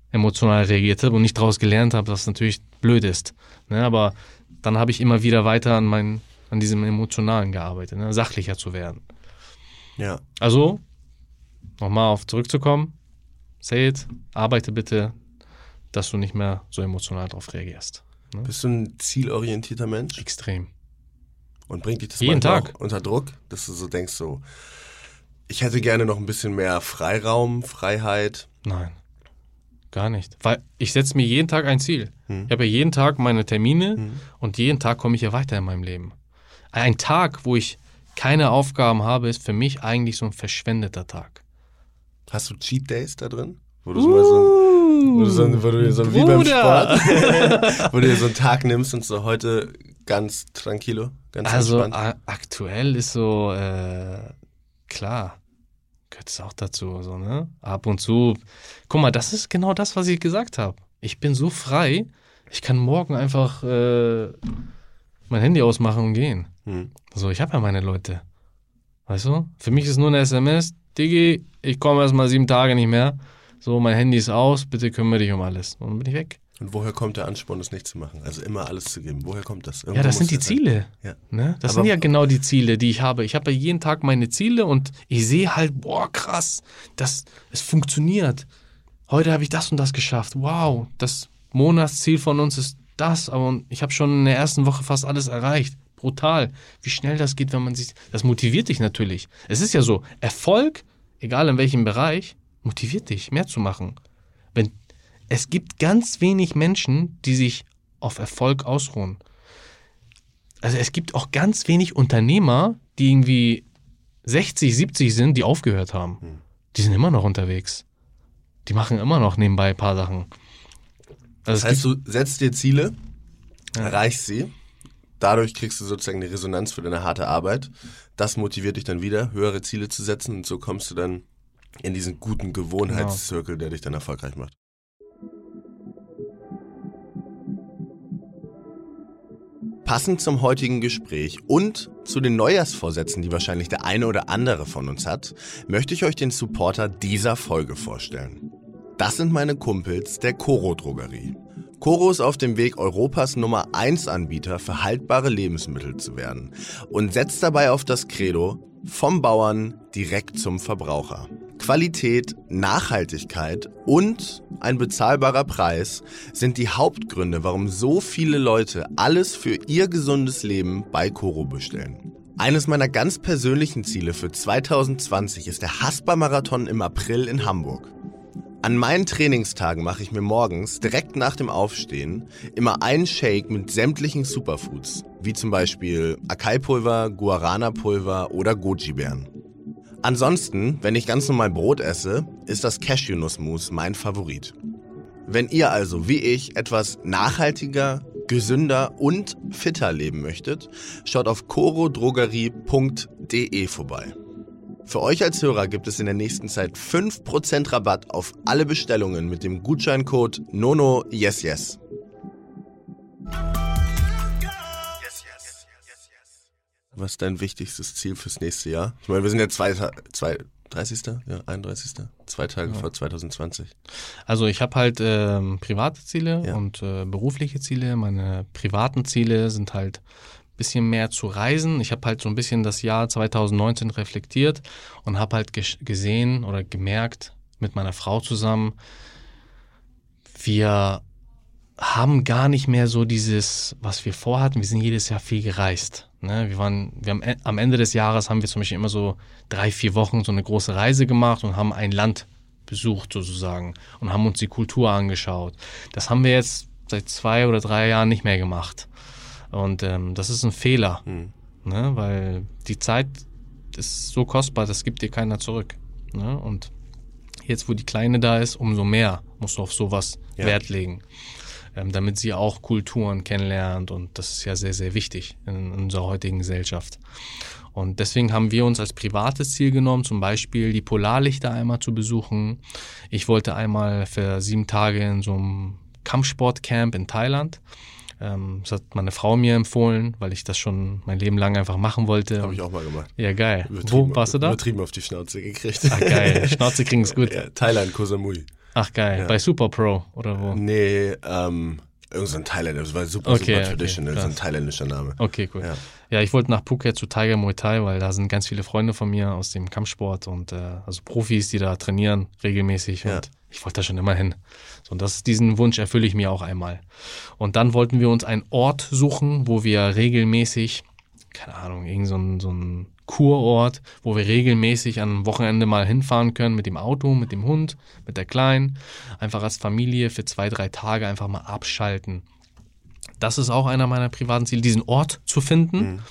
S1: emotional reagiert habe und nicht daraus gelernt habe, was natürlich blöd ist. Ne? Aber dann habe ich immer wieder weiter an diesem Emotionalen gearbeitet, ne? Sachlicher zu werden.
S2: Ja.
S1: Also, nochmal zurückzukommen, say it, arbeite bitte, dass du nicht mehr so emotional darauf reagierst. Ne?
S2: Bist du ein zielorientierter Mensch?
S1: Extrem.
S2: Und bringt dich das
S1: jeden
S2: manchmal
S1: Tag
S2: auch unter Druck, dass du so denkst, so, ich hätte gerne noch ein bisschen mehr Freiraum, Freiheit?
S1: Nein, gar nicht. Weil ich setze mir jeden Tag ein Ziel. Ich habe ja jeden Tag meine Termine und jeden Tag komme ich ja weiter in meinem Leben. Ein Tag, wo ich keine Aufgaben habe, ist für mich eigentlich so ein verschwendeter Tag.
S2: Hast du Cheat Days da drin? Wo du wie beim Sport, wo du dir so einen Tag nimmst und so heute ganz tranquilo, ganz entspannt?
S1: Also aktuell ist so, klar, gehört es auch dazu, so, ne? Ab und zu, guck mal, das ist genau das, was ich gesagt habe. Ich bin so frei, ich kann morgen einfach mein Handy ausmachen und gehen. Also ich habe ja meine Leute, weißt du? Für mich ist nur eine SMS, Digi, ich komme erst mal 7 Tage nicht mehr. So, mein Handy ist aus, bitte kümmere dich um alles. Und dann bin ich weg.
S2: Und woher kommt der Ansporn, das nicht zu machen? Also immer alles zu geben. Woher kommt das?
S1: Ja, das sind die Ziele.
S2: Ja.
S1: Ne? Das sind ja genau die Ziele, die ich habe. Ich habe ja jeden Tag meine Ziele und ich sehe halt, boah, krass, es funktioniert. Heute habe ich das und das geschafft. Wow, das Monatsziel von uns ist das. Aber ich habe schon in der ersten Woche fast alles erreicht. Brutal. Wie schnell das geht, wenn man sich... Das motiviert dich natürlich. Es ist ja so, Erfolg, egal in welchem Bereich, motiviert dich, mehr zu machen. Es gibt ganz wenig Menschen, die sich auf Erfolg ausruhen. Also es gibt auch ganz wenig Unternehmer, die irgendwie 60, 70 sind, die aufgehört haben. Die sind immer noch unterwegs. Die machen immer noch nebenbei ein paar Sachen. Also
S2: das heißt, du setzt dir Ziele, erreichst sie, dadurch kriegst du sozusagen eine Resonanz für deine harte Arbeit. Das motiviert dich dann wieder, höhere Ziele zu setzen und so kommst du dann in diesen guten Gewohnheitszirkel, der dich dann erfolgreich macht. Passend zum heutigen Gespräch und zu den Neujahrsvorsätzen, die wahrscheinlich der eine oder andere von uns hat, möchte ich euch den Supporter dieser Folge vorstellen. Das sind meine Kumpels der Coro Drogerie. Coro ist auf dem Weg, Europas Nummer 1 Anbieter für haltbare Lebensmittel zu werden und setzt dabei auf das Credo vom Bauern direkt zum Verbraucher. Qualität, Nachhaltigkeit und ein bezahlbarer Preis sind die Hauptgründe, warum so viele Leute alles für ihr gesundes Leben bei Coro bestellen. Eines meiner ganz persönlichen Ziele für 2020 ist der Haspa-Marathon im April in Hamburg. An meinen Trainingstagen mache ich mir morgens, direkt nach dem Aufstehen, immer einen Shake mit sämtlichen Superfoods, wie zum Beispiel Acai-Pulver, Guarana-Pulver oder Goji-Beeren. Ansonsten, wenn ich ganz normal Brot esse, ist das Cashew-Nuss-Mousse mein Favorit. Wenn ihr also, wie ich, etwas nachhaltiger, gesünder und fitter leben möchtet, schaut auf corodrogerie.de vorbei. Für euch als Hörer gibt es in der nächsten Zeit 5% Rabatt auf alle Bestellungen mit dem Gutscheincode NONOYESYES. Was ist dein wichtigstes Ziel fürs nächste Jahr? Ich meine, wir sind ja 31. 2 Tage vor 2020.
S1: Also ich habe halt private Ziele und berufliche Ziele. Meine privaten Ziele sind halt ein bisschen mehr zu reisen. Ich habe halt so ein bisschen das Jahr 2019 reflektiert und habe halt gesehen oder gemerkt mit meiner Frau zusammen, wir haben gar nicht mehr so dieses, was wir vorhatten. Wir sind jedes Jahr viel gereist. Ne? Am Ende des Jahres haben wir zum Beispiel immer so 3-4 Wochen so eine große Reise gemacht und haben ein Land besucht sozusagen und haben uns die Kultur angeschaut. Das haben wir jetzt seit 2 oder 3 Jahren nicht mehr gemacht. Und das ist ein Fehler, ne? Weil die Zeit ist so kostbar, das gibt dir keiner zurück. Ne? Und jetzt, wo die Kleine da ist, umso mehr musst du auf sowas Wert legen. Damit sie auch Kulturen kennenlernt und das ist ja sehr, sehr wichtig in unserer heutigen Gesellschaft. Und deswegen haben wir uns als privates Ziel genommen, zum Beispiel die Polarlichter einmal zu besuchen. Ich wollte einmal für 7 Tage in so einem Kampfsportcamp in Thailand. Das hat meine Frau mir empfohlen, weil ich das schon mein Leben lang einfach machen wollte.
S2: Habe ich auch mal gemacht.
S1: Ja, geil. Wo warst du da?
S2: Übertrieben auf die Schnauze gekriegt.
S1: Ah, geil. Schnauze kriegen ist gut.
S2: Ja, Thailand, Koh Samui.
S1: Ach geil, bei Super Pro oder wo?
S2: Nee, irgend so ein Thailänder, das war super traditional, so ein thailändischer Name.
S1: Okay, cool. Ja, ich wollte nach Phuket zu Tiger Muay Thai, weil da sind ganz viele Freunde von mir aus dem Kampfsport und also Profis, die da trainieren regelmäßig und ich wollte da schon immer hin. So, und diesen Wunsch erfülle ich mir auch einmal. Und dann wollten wir uns einen Ort suchen, wo wir regelmäßig, keine Ahnung, so ein Kurort, wo wir regelmäßig am Wochenende mal hinfahren können mit dem Auto, mit dem Hund, mit der Kleinen, einfach als Familie für 2-3 Tage einfach mal abschalten. Das ist auch einer meiner privaten Ziele, diesen Ort zu finden.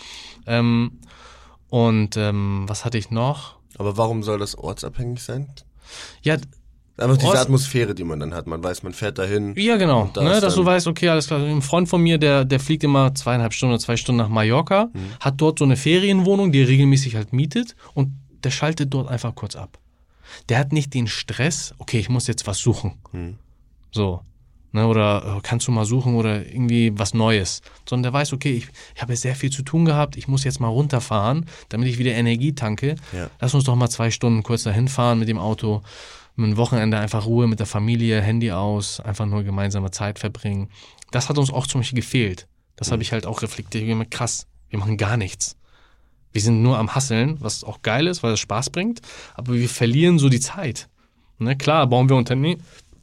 S1: Was hatte ich noch?
S2: Aber warum soll das ortsabhängig sein?
S1: Ja,
S2: einfach diese Atmosphäre, die man dann hat. Man weiß, man fährt dahin.
S1: Ja, genau. Dass du weißt, okay, alles klar. Ein Freund von mir, der fliegt immer 2,5 Stunden oder 2 Stunden nach Mallorca, hat dort so eine Ferienwohnung, die er regelmäßig halt mietet und der schaltet dort einfach kurz ab. Der hat nicht den Stress, okay, ich muss jetzt was suchen. So. Ne, oder kannst du mal suchen oder irgendwie was Neues. Sondern der weiß, okay, ich habe sehr viel zu tun gehabt, ich muss jetzt mal runterfahren, damit ich wieder Energie tanke. Ja. Lass uns doch mal 2 Stunden kurz dahin fahren mit dem Auto. Ein Wochenende einfach Ruhe mit der Familie, Handy aus, einfach nur gemeinsame Zeit verbringen. Das hat uns auch zum Beispiel gefehlt. Das habe ich halt auch reflektiert. Ich habe gedacht, krass, wir machen gar nichts. Wir sind nur am Hasseln, was auch geil ist, weil es Spaß bringt, aber wir verlieren so die Zeit. Ne, klar, bauen wir Unternehmen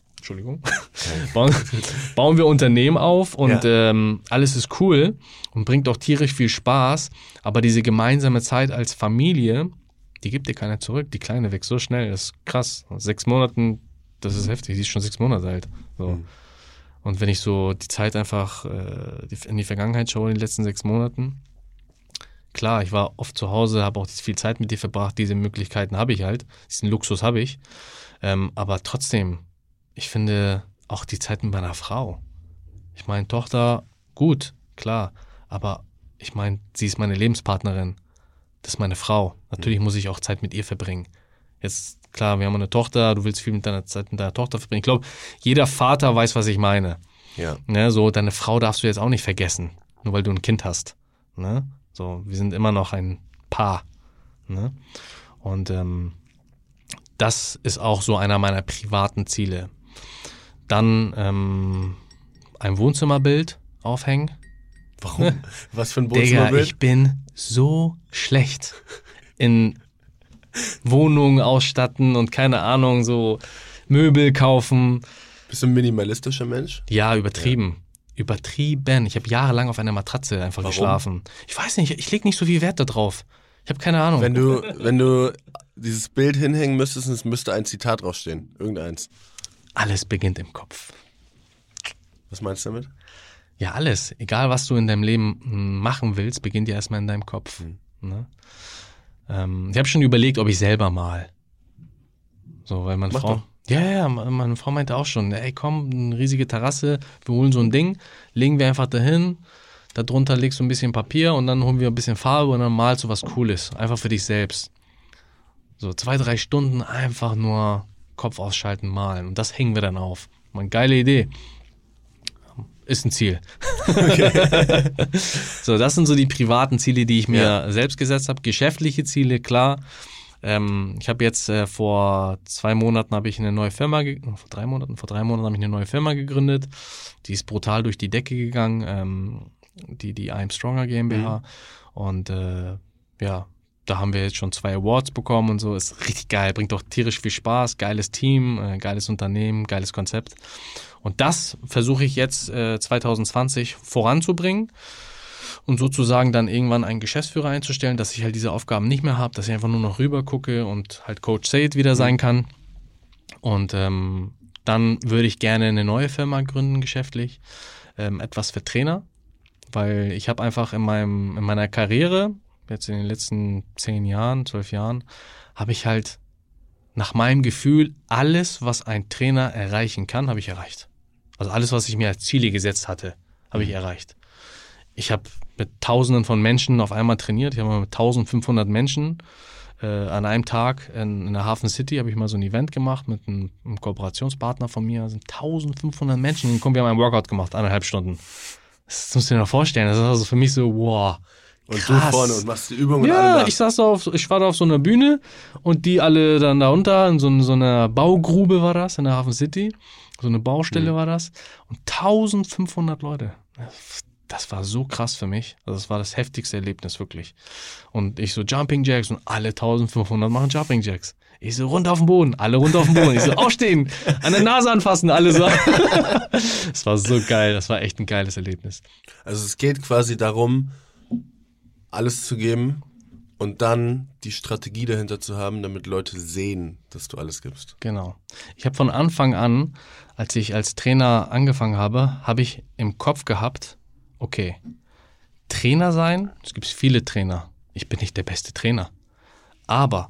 S1: auf und alles ist cool und bringt auch tierisch viel Spaß, aber diese gemeinsame Zeit als Familie, die gibt dir keiner zurück. Die Kleine wächst so schnell, das ist krass. 6 Monaten, das ist heftig, sie ist schon 6 Monate alt. So. Und wenn ich so die Zeit einfach in die Vergangenheit schaue, in den letzten 6 Monaten, klar, ich war oft zu Hause, habe auch viel Zeit mit dir verbracht, diese Möglichkeiten habe ich halt, diesen Luxus habe ich, aber trotzdem, ich finde auch die Zeit mit meiner Frau. Ich meine, Tochter, gut, klar, aber ich meine, sie ist meine Lebenspartnerin. Das ist meine Frau. Natürlich muss ich auch Zeit mit ihr verbringen. Jetzt, klar, wir haben eine Tochter, du willst viel mit deiner Zeit mit deiner Tochter verbringen. Ich glaube, jeder Vater weiß, was ich meine. Ja. Ne, so, deine Frau darfst du jetzt auch nicht vergessen, nur weil du ein Kind hast. Ne? So, wir sind immer noch ein Paar. Ne? Und das ist auch so einer meiner privaten Ziele. Dann ein Wohnzimmerbild aufhängen.
S2: Warum? Was für ein Wohnzimmerbild?
S1: Digga, ich bin so schlecht in Wohnungen ausstatten und keine Ahnung, so Möbel kaufen.
S2: Bist du ein minimalistischer Mensch?
S1: Ja, übertrieben. Ja. Übertrieben. Ich habe jahrelang auf einer Matratze einfach geschlafen. Ich weiß nicht, ich lege nicht so viel Wert darauf. Ich habe keine Ahnung.
S2: Wenn du dieses Bild hinhängen müsstest, es müsste ein Zitat draufstehen. Irgendeins.
S1: Alles beginnt im Kopf.
S2: Was meinst du damit?
S1: Ja, alles. Egal, was du in deinem Leben machen willst, beginnt ja erstmal in deinem Kopf. Ne? Ich habe schon überlegt, ob ich selber mal. So, weil meine Frau... Ja, meine Frau meinte auch schon, ey komm, eine riesige Terrasse, wir holen so ein Ding, legen wir einfach dahin, darunter legst du ein bisschen Papier und dann holen wir ein bisschen Farbe und dann malst du was Cooles. Einfach für dich selbst. So 2-3 Stunden einfach nur Kopf ausschalten, malen. Und das hängen wir dann auf. Eine geile Idee. Ist ein Ziel. Okay. So, das sind so die privaten Ziele, die ich mir selbst gesetzt habe. Geschäftliche Ziele, klar. Ich habe jetzt vor 2 Monaten habe ich eine neue Firma, vor 3 Monaten habe ich eine neue Firma gegründet. Die ist brutal durch die Decke gegangen. Die I'm Stronger GmbH. Und da haben wir jetzt schon 2 Awards bekommen und so. Ist richtig geil, bringt auch tierisch viel Spaß, geiles Team, geiles Unternehmen, geiles Konzept. Und das versuche ich jetzt 2020 voranzubringen und sozusagen dann irgendwann einen Geschäftsführer einzustellen, dass ich halt diese Aufgaben nicht mehr habe, dass ich einfach nur noch rüber gucke und halt Coach Sayed wieder sein kann. Und dann würde ich gerne eine neue Firma gründen, geschäftlich, etwas für Trainer, weil ich habe einfach in meiner Karriere, jetzt in den letzten 10 Jahren, 12 Jahren, habe ich halt nach meinem Gefühl alles, was ein Trainer erreichen kann, habe ich erreicht. Also alles, was ich mir als Ziele gesetzt hatte, habe ich erreicht. Ich habe mit Tausenden von Menschen auf einmal trainiert. Ich habe mal mit 1500 Menschen an einem Tag in der Hafen City habe ich mal so ein Event gemacht mit einem Kooperationspartner von mir. Da sind 1500 Menschen. Komm, wir haben einen Workout gemacht, 1,5 Stunden. Das musst du dir noch vorstellen. Das ist also für mich so, wow,
S2: Und
S1: krass.
S2: du vorne und machst die Übungen
S1: ja,
S2: alle
S1: nach. Ich war da auf so einer Bühne und die alle dann da unter, in so einer Baugrube war das, in der Hafen City. So eine Baustelle war das. Und 1500 Leute. Das war so krass für mich. Also das war das heftigste Erlebnis, wirklich. Und ich so Jumping Jacks und alle 1500 machen Jumping Jacks. Ich so runter auf den Boden, alle runter auf den Boden. Ich so aufstehen, an der Nase anfassen, alle so. Das war so geil, das war echt ein geiles Erlebnis.
S2: Also es geht quasi darum, alles zu geben und dann die Strategie dahinter zu haben, damit Leute sehen, dass du alles gibst.
S1: Genau. Ich habe von Anfang an, als ich als Trainer angefangen habe, habe ich im Kopf gehabt, okay, Trainer sein, es gibt viele Trainer. Ich bin nicht der beste Trainer. Aber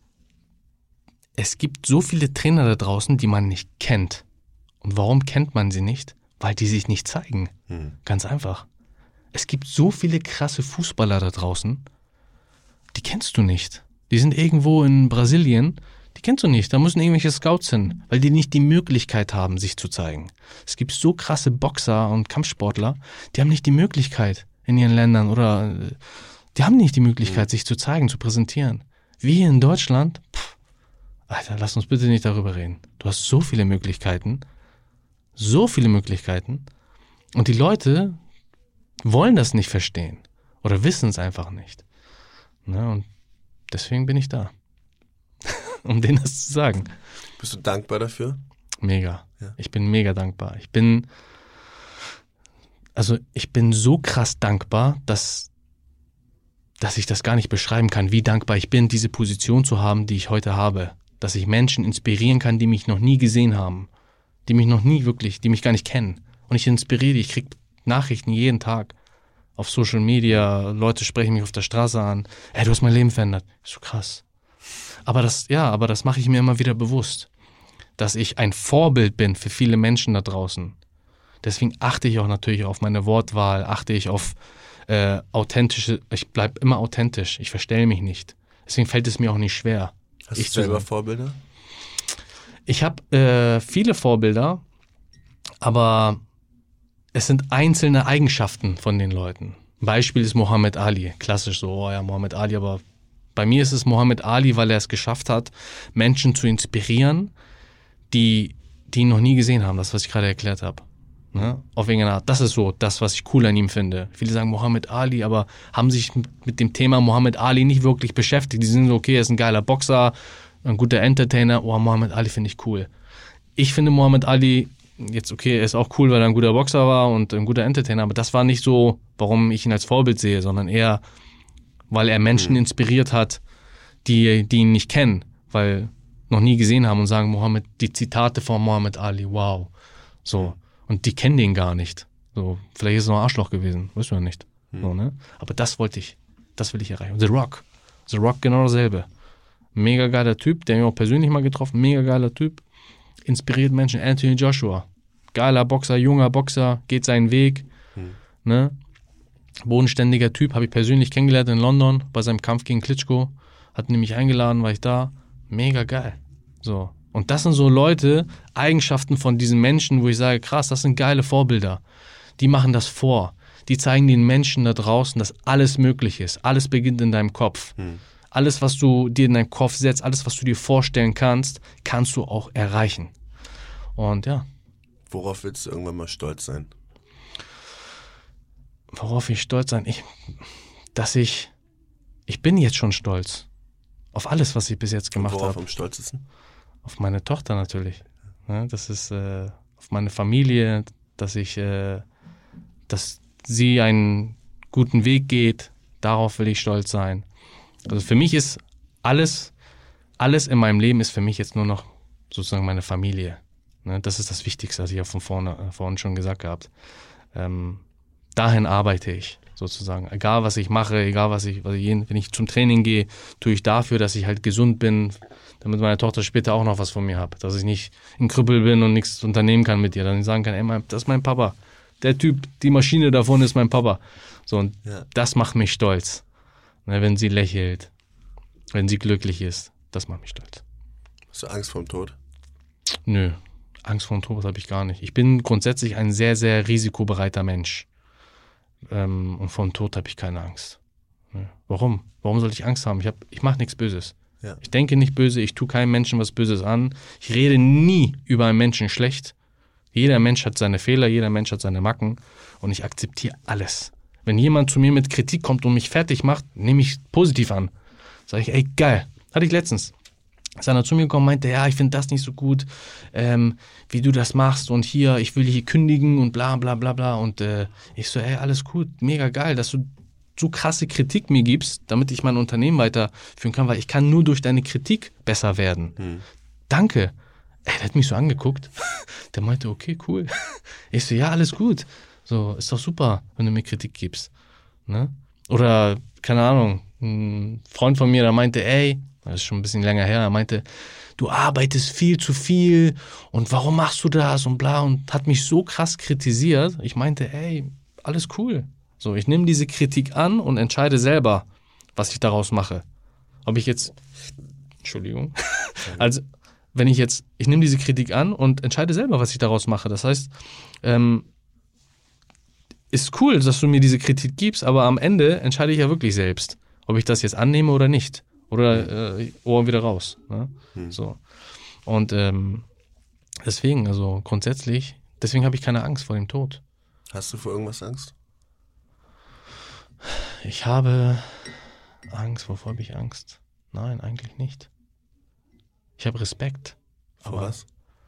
S1: es gibt so viele Trainer da draußen, die man nicht kennt. Und warum kennt man sie nicht? Weil die sich nicht zeigen. Ganz einfach. Es gibt so viele krasse Fußballer da draußen, die kennst du nicht. Die sind irgendwo in Brasilien, die kennst du nicht. Da müssen irgendwelche Scouts hin, weil die nicht die Möglichkeit haben, sich zu zeigen. Es gibt so krasse Boxer und Kampfsportler, die haben nicht die Möglichkeit in ihren Ländern oder die haben nicht die Möglichkeit, sich zu zeigen, zu präsentieren. Wir hier in Deutschland, Alter, lass uns bitte nicht darüber reden. Du hast so viele Möglichkeiten und die Leute wollen das nicht verstehen oder wissen es einfach nicht. Na, und deswegen bin ich da, um denen das zu sagen.
S2: Bist du dankbar dafür?
S1: Mega.
S2: Ja.
S1: Ich bin mega dankbar. Ich bin so krass dankbar, dass ich das gar nicht beschreiben kann, wie dankbar ich bin, diese Position zu haben, die ich heute habe. Dass ich Menschen inspirieren kann, die mich noch nie gesehen haben, die mich gar nicht kennen. Und ich inspiriere die, ich kriege Nachrichten jeden Tag auf Social Media, Leute sprechen mich auf der Straße an, hey, du hast mein Leben verändert. So krass. Aber das mache ich mir immer wieder bewusst, dass ich ein Vorbild bin für viele Menschen da draußen. Deswegen achte ich auch natürlich auf meine Wortwahl, achte ich auf ich bleibe immer authentisch, ich verstelle mich nicht. Deswegen fällt es mir auch nicht schwer.
S2: Hast du selber Vorbilder?
S1: Ich habe viele Vorbilder, aber es sind einzelne Eigenschaften von den Leuten. Ein Beispiel ist Muhammad Ali. Klassisch so, oh ja, Muhammad Ali, aber bei mir ist es Muhammad Ali, weil er es geschafft hat, Menschen zu inspirieren, die ihn noch nie gesehen haben, das, was ich gerade erklärt habe. Ne? Auf irgendeine Art. Das ist so das, was ich cool an ihm finde. Viele sagen Muhammad Ali, aber haben sich mit dem Thema Muhammad Ali nicht wirklich beschäftigt. Die sind so, okay, er ist ein geiler Boxer, ein guter Entertainer. Oh, Muhammad Ali finde ich cool. Ich finde Muhammad Ali jetzt, okay, er ist auch cool, weil er ein guter Boxer war und ein guter Entertainer, aber das war nicht so, warum ich ihn als Vorbild sehe, sondern eher, weil er Menschen inspiriert hat, die ihn nicht kennen, weil noch nie gesehen haben und sagen, die Zitate von Muhammad Ali, wow. So. Und die kennen den gar nicht. So, vielleicht ist es noch ein Arschloch gewesen, wissen wir nicht. So, ne? Aber das will ich erreichen. The Rock genau dasselbe. Mega geiler Typ, den habe ich auch persönlich mal getroffen, mega geiler Typ. Inspiriert Menschen, Anthony Joshua. Geiler Boxer, junger Boxer, geht seinen Weg. Ne? Bodenständiger Typ, habe ich persönlich kennengelernt in London bei seinem Kampf gegen Klitschko. Hat nämlich eingeladen, war ich da. Mega geil. So. Und das sind so Leute, Eigenschaften von diesen Menschen, wo ich sage, krass, das sind geile Vorbilder. Die machen das vor. Die zeigen den Menschen da draußen, dass alles möglich ist. Alles beginnt in deinem Kopf. Alles, was du dir in deinen Kopf setzt, alles, was du dir vorstellen kannst, kannst du auch erreichen. Und ja.
S2: Worauf willst du irgendwann mal stolz sein?
S1: Worauf ich stolz sein? Ich bin jetzt schon stolz. Auf alles, was ich bis jetzt gemacht habe.
S2: Worauf am stolzesten?
S1: Auf meine Tochter natürlich. Ja, das ist auf meine Familie, dass sie einen guten Weg geht. Darauf will ich stolz sein. Also für mich ist alles in meinem Leben ist für mich jetzt nur noch sozusagen meine Familie. Ne, das ist das Wichtigste, was ich ja von vorhin schon gesagt gehabt. Dahin arbeite ich sozusagen. Egal was ich mache, wenn ich zum Training gehe, tue ich dafür, dass ich halt gesund bin, damit meine Tochter später auch noch was von mir hat. Dass ich nicht ein Krüppel bin und nichts unternehmen kann mit ihr. Dann sagen kann, ey, das ist mein Papa. Der Typ, die Maschine davon ist mein Papa. So, und das macht mich stolz. Ne, wenn sie lächelt, wenn sie glücklich ist, das macht mich stolz.
S2: Hast du Angst vor dem Tod?
S1: Nö, Angst vor dem Tod habe ich gar nicht. Ich bin grundsätzlich ein sehr, sehr risikobereiter Mensch. Und vor dem Tod habe ich keine Angst. Warum? Warum sollte ich Angst haben? Ich mache nichts Böses.
S2: Ja.
S1: Ich denke nicht böse, ich tue keinem Menschen was Böses an. Ich rede nie über einen Menschen schlecht. Jeder Mensch hat seine Fehler, jeder Mensch hat seine Macken und ich akzeptiere alles. Wenn jemand zu mir mit Kritik kommt und mich fertig macht, nehme ich positiv an. Sage ich, ey, geil. Hatte ich letztens. Ist einer zu mir gekommen und meinte, ja, ich finde das nicht so gut, wie du das machst und hier, ich will hier kündigen und bla bla bla bla. Und ich so, ey, alles gut, mega geil, dass du so krasse Kritik mir gibst, damit ich mein Unternehmen weiterführen kann, weil ich kann nur durch deine Kritik besser werden. Danke. Ey, der hat mich so angeguckt. Der meinte, okay, cool. Ich so, ja, alles gut. So, ist doch super, wenn du mir Kritik gibst. Ne? Oder, keine Ahnung, ein Freund von mir, der meinte, ey, das ist schon ein bisschen länger her, er meinte, du arbeitest viel zu viel und warum machst du das und bla und hat mich so krass kritisiert. Ich meinte, ey, alles cool. So, ich nehme diese Kritik an und entscheide selber, was ich daraus mache. Ob ich jetzt, Entschuldigung, also wenn ich nehme diese Kritik an und entscheide selber, was ich daraus mache. Das heißt, ist cool, dass du mir diese Kritik gibst, aber am Ende entscheide ich ja wirklich selbst, ob ich das jetzt annehme oder nicht. Oder Ohren wieder raus. Ne? So. Und deswegen, also grundsätzlich, deswegen habe ich keine Angst vor dem Tod.
S2: Hast du vor irgendwas Angst?
S1: Ich habe Angst. Wovor habe ich Angst? Nein, eigentlich nicht. Ich habe Respekt.
S2: Vor was?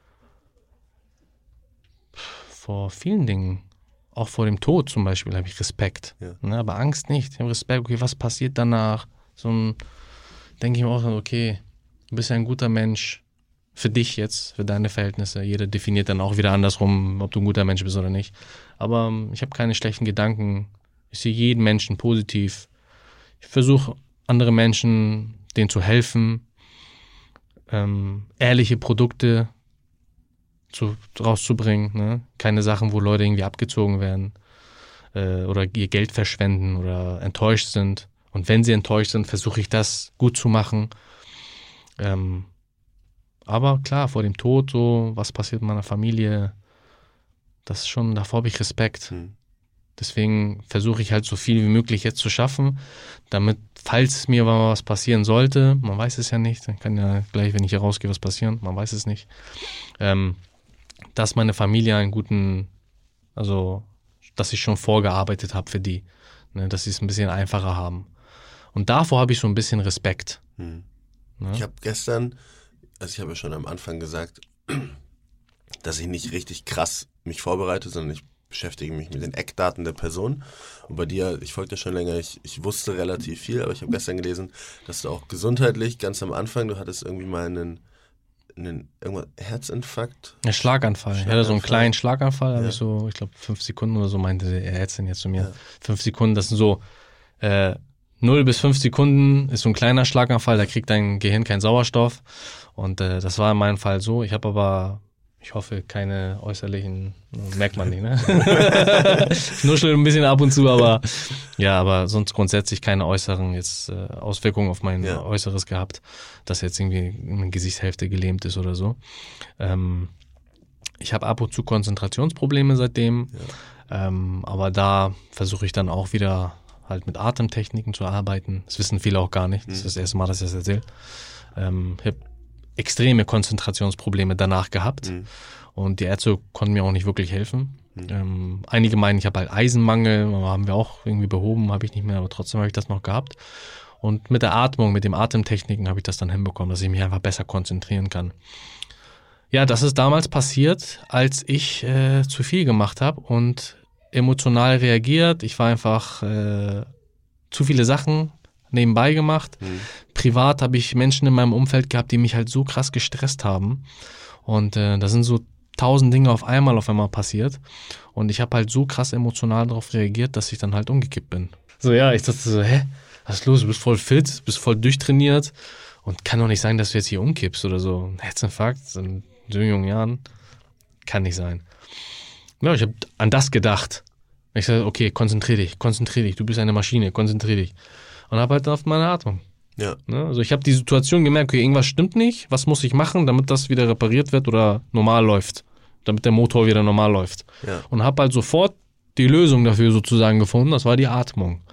S1: Vor vielen Dingen. Auch vor dem Tod zum Beispiel habe ich Respekt.
S2: Ja.
S1: Ne, aber Angst nicht. Ich habe Respekt, okay, was passiert danach? Denke ich mir auch, okay, du bist ja ein guter Mensch. Für dich jetzt, für deine Verhältnisse. Jeder definiert dann auch wieder andersrum, ob du ein guter Mensch bist oder nicht. Aber ich habe keine schlechten Gedanken. Ich sehe jeden Menschen positiv. Ich versuche, andere Menschen, denen zu helfen. Ehrliche Produkte rauszubringen. Ne? Keine Sachen, wo Leute irgendwie abgezogen werden oder ihr Geld verschwenden oder enttäuscht sind. Und wenn sie enttäuscht sind, versuche ich das gut zu machen. Aber klar, vor dem Tod, so, was passiert in meiner Familie, das ist schon, davor habe ich Respekt. Deswegen versuche ich halt so viel wie möglich jetzt zu schaffen, damit, falls mir mal was passieren sollte, man weiß es ja nicht, dann kann ja gleich, wenn ich hier rausgehe, was passieren, man weiß es nicht, dass meine Familie einen guten, also, dass ich schon vorgearbeitet habe für die, ne, dass sie es ein bisschen einfacher haben. Und davor habe ich so ein bisschen Respekt. Ne?
S2: Ich habe gestern, also ich habe ja schon am Anfang gesagt, dass ich nicht richtig krass mich vorbereite, sondern ich beschäftige mich mit den Eckdaten der Person. Und bei dir, ich folge dir schon länger, ich wusste relativ viel, aber ich habe gestern gelesen, dass du auch gesundheitlich ganz am Anfang, du hattest irgendwie mal einen Herzinfarkt.
S1: Ja, Schlaganfall. Ich hatte so einen kleinen Schlaganfall, habe ich so, ich glaube 5 Sekunden oder so, meinte der Ärztin jetzt zu mir. Ja. 5 Sekunden, das sind so 0 bis 5 Sekunden ist so ein kleiner Schlaganfall, da kriegt dein Gehirn keinen Sauerstoff. Und das war in meinem Fall so. Ich habe aber, ich hoffe, keine äußerlichen, merkt man nicht, ne? Ich nuschel ein bisschen ab und zu, aber ja, aber sonst grundsätzlich keine äußeren jetzt Auswirkungen auf mein Äußeres gehabt, dass jetzt irgendwie eine Gesichtshälfte gelähmt ist oder so. Ich habe ab und zu Konzentrationsprobleme seitdem, aber da versuche ich dann auch wieder halt mit Atemtechniken zu arbeiten. Das wissen viele auch gar nicht. Das ist das erste Mal, dass ich das erzähle. Ich habe extreme Konzentrationsprobleme danach gehabt und die Ärzte konnten mir auch nicht wirklich helfen. Einige meinen, ich habe halt Eisenmangel, aber haben wir auch irgendwie behoben, habe ich nicht mehr, aber trotzdem habe ich das noch gehabt. Und mit der Atmung, mit den Atemtechniken habe ich das dann hinbekommen, dass ich mich einfach besser konzentrieren kann. Ja, das ist damals passiert, als ich zu viel gemacht habe und emotional reagiert. Ich war einfach zu viele Sachen nebenbei gemacht. Privat habe ich Menschen in meinem Umfeld gehabt, die mich halt so krass gestresst haben. Und da sind so 1000 Dinge auf einmal passiert. Und ich habe halt so krass emotional darauf reagiert, dass ich dann halt umgekippt bin. So, ja, ich dachte so, was ist los? Du bist voll fit, bist voll durchtrainiert und kann doch nicht sein, dass du jetzt hier umkippst oder so. Ein Herzinfarkt in so jungen Jahren kann nicht sein. Ja, ich habe an das gedacht. Ich sage, okay, konzentrier dich, du bist eine Maschine, konzentrier dich. Und habe halt auf meine Atmung.
S2: Ja.
S1: Also ich habe die Situation gemerkt, okay, irgendwas stimmt nicht, was muss ich machen, damit das wieder repariert wird oder normal läuft, damit der Motor wieder normal läuft.
S2: Ja.
S1: Und habe halt sofort die Lösung dafür sozusagen gefunden, das war die Atmung.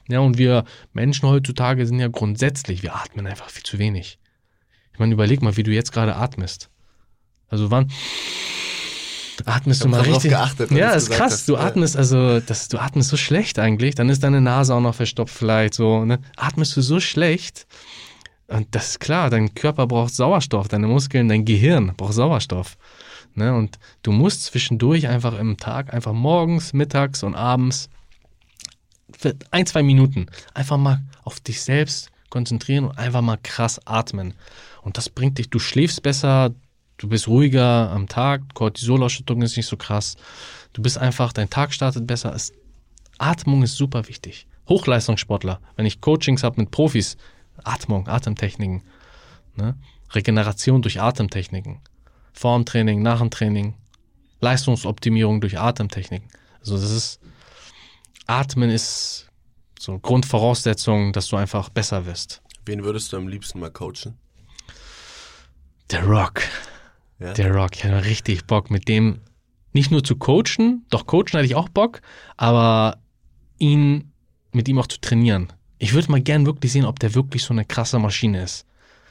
S1: Ja, und wir Menschen heutzutage sind ja grundsätzlich, wir atmen einfach viel zu wenig. Ich meine, überleg mal, wie du jetzt gerade atmest. Also wann atmest du mal richtig?
S2: Geachtet,
S1: ja, ist krass. Hast. Du atmest du atmest so schlecht eigentlich. Dann ist deine Nase auch noch verstopft vielleicht so. Ne? Atmest du so schlecht. Und das ist klar, dein Körper braucht Sauerstoff, deine Muskeln, dein Gehirn braucht Sauerstoff. Ne? Und du musst zwischendurch einfach im Tag, einfach morgens, mittags und abends für 1-2 Minuten einfach mal auf dich selbst konzentrieren und einfach mal krass atmen. Und das bringt dich, du schläfst besser, du bist ruhiger am Tag, Cortisolausschüttung ist nicht so krass. Du bist einfach, dein Tag startet besser. Atmung ist super wichtig. Hochleistungssportler, wenn ich Coachings habe mit Profis, Atmung, Atemtechniken, ne? Regeneration durch Atemtechniken, Formtraining, nach dem Training, Leistungsoptimierung durch Atemtechniken. Also Atmen ist so Grundvoraussetzung, dass du einfach besser wirst.
S2: Wen würdest du am liebsten mal coachen?
S1: Der Rock. Ja? Der Rock. Ich hatte richtig Bock, mit dem nicht nur zu coachen, doch coachen hatte ich auch Bock, aber mit ihm auch zu trainieren. Ich würde mal gern wirklich sehen, ob der wirklich so eine krasse Maschine ist.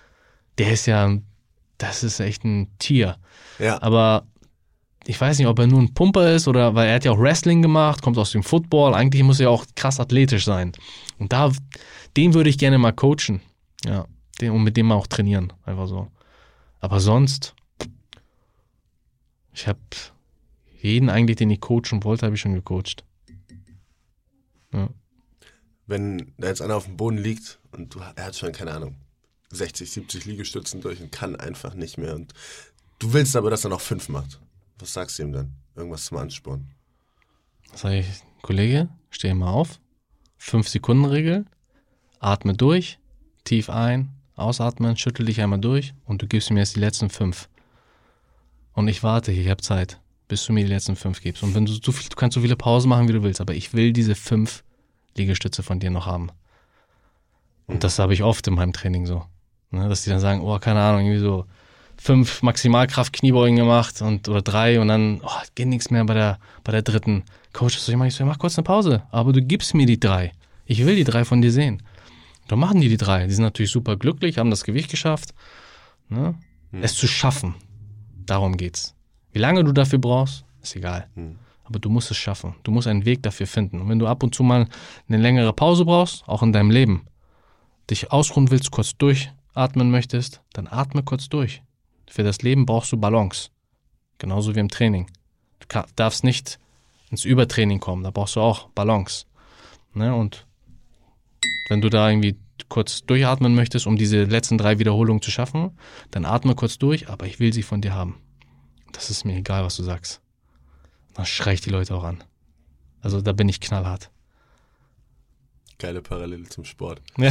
S1: Das ist echt ein Tier.
S2: Ja.
S1: Aber ich weiß nicht, ob er nur ein Pumper ist oder, weil er hat ja auch Wrestling gemacht, kommt aus dem Football. Eigentlich muss er ja auch krass athletisch sein. Und den würde ich gerne mal coachen. Ja. Und mit dem mal auch trainieren. Einfach so. Aber sonst, ich habe jeden eigentlich, den ich coachen wollte, habe ich schon gecoacht. Ja.
S2: Wenn da jetzt einer auf dem Boden liegt und er hat schon, keine Ahnung, 60, 70 Liegestützen durch und kann einfach nicht mehr und du willst aber, dass er noch 5 macht. Was sagst du ihm dann? Irgendwas zum Ansporn?
S1: Sag ich, Kollege, steh mal auf, 5-Sekunden-Regel, atme durch, tief ein, ausatmen, schüttel dich einmal durch und du gibst mir jetzt die letzten 5. Und ich warte hier, ich habe Zeit, bis du mir die letzten 5 gibst. Und wenn du kannst so viele Pausen machen, wie du willst, aber ich will diese 5 Liegestütze von dir noch haben. Und das habe ich oft in meinem Training so. Ne, dass die dann sagen, oh, keine Ahnung, irgendwie so 5 Maximalkraft Kniebeugen gemacht oder 3 und dann geht nichts mehr bei der dritten. Coach, ich mach kurz eine Pause, aber du gibst mir die 3. Ich will die 3 von dir sehen. Dann machen die 3. Die sind natürlich super glücklich, haben das Gewicht geschafft. Ne? Es zu schaffen, darum geht's. Wie lange du dafür brauchst, ist egal. Aber du musst es schaffen. Du musst einen Weg dafür finden. Und wenn du ab und zu mal eine längere Pause brauchst, auch in deinem Leben, dich ausruhen willst, kurz durchatmen möchtest, dann atme kurz durch. Für das Leben brauchst du Balance. Genauso wie im Training. Du darfst nicht ins Übertraining kommen, da brauchst du auch Balance. Ne? Und wenn du da irgendwie kurz durchatmen möchtest, um diese letzten 3 Wiederholungen zu schaffen, dann atme kurz durch, aber ich will sie von dir haben. Das ist mir egal, was du sagst. Dann schrei ich die Leute auch an. Also da bin ich knallhart.
S2: Geile Parallele zum Sport.
S1: Ja.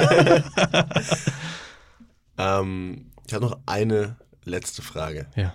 S2: Ich habe noch eine letzte Frage.
S1: Ja.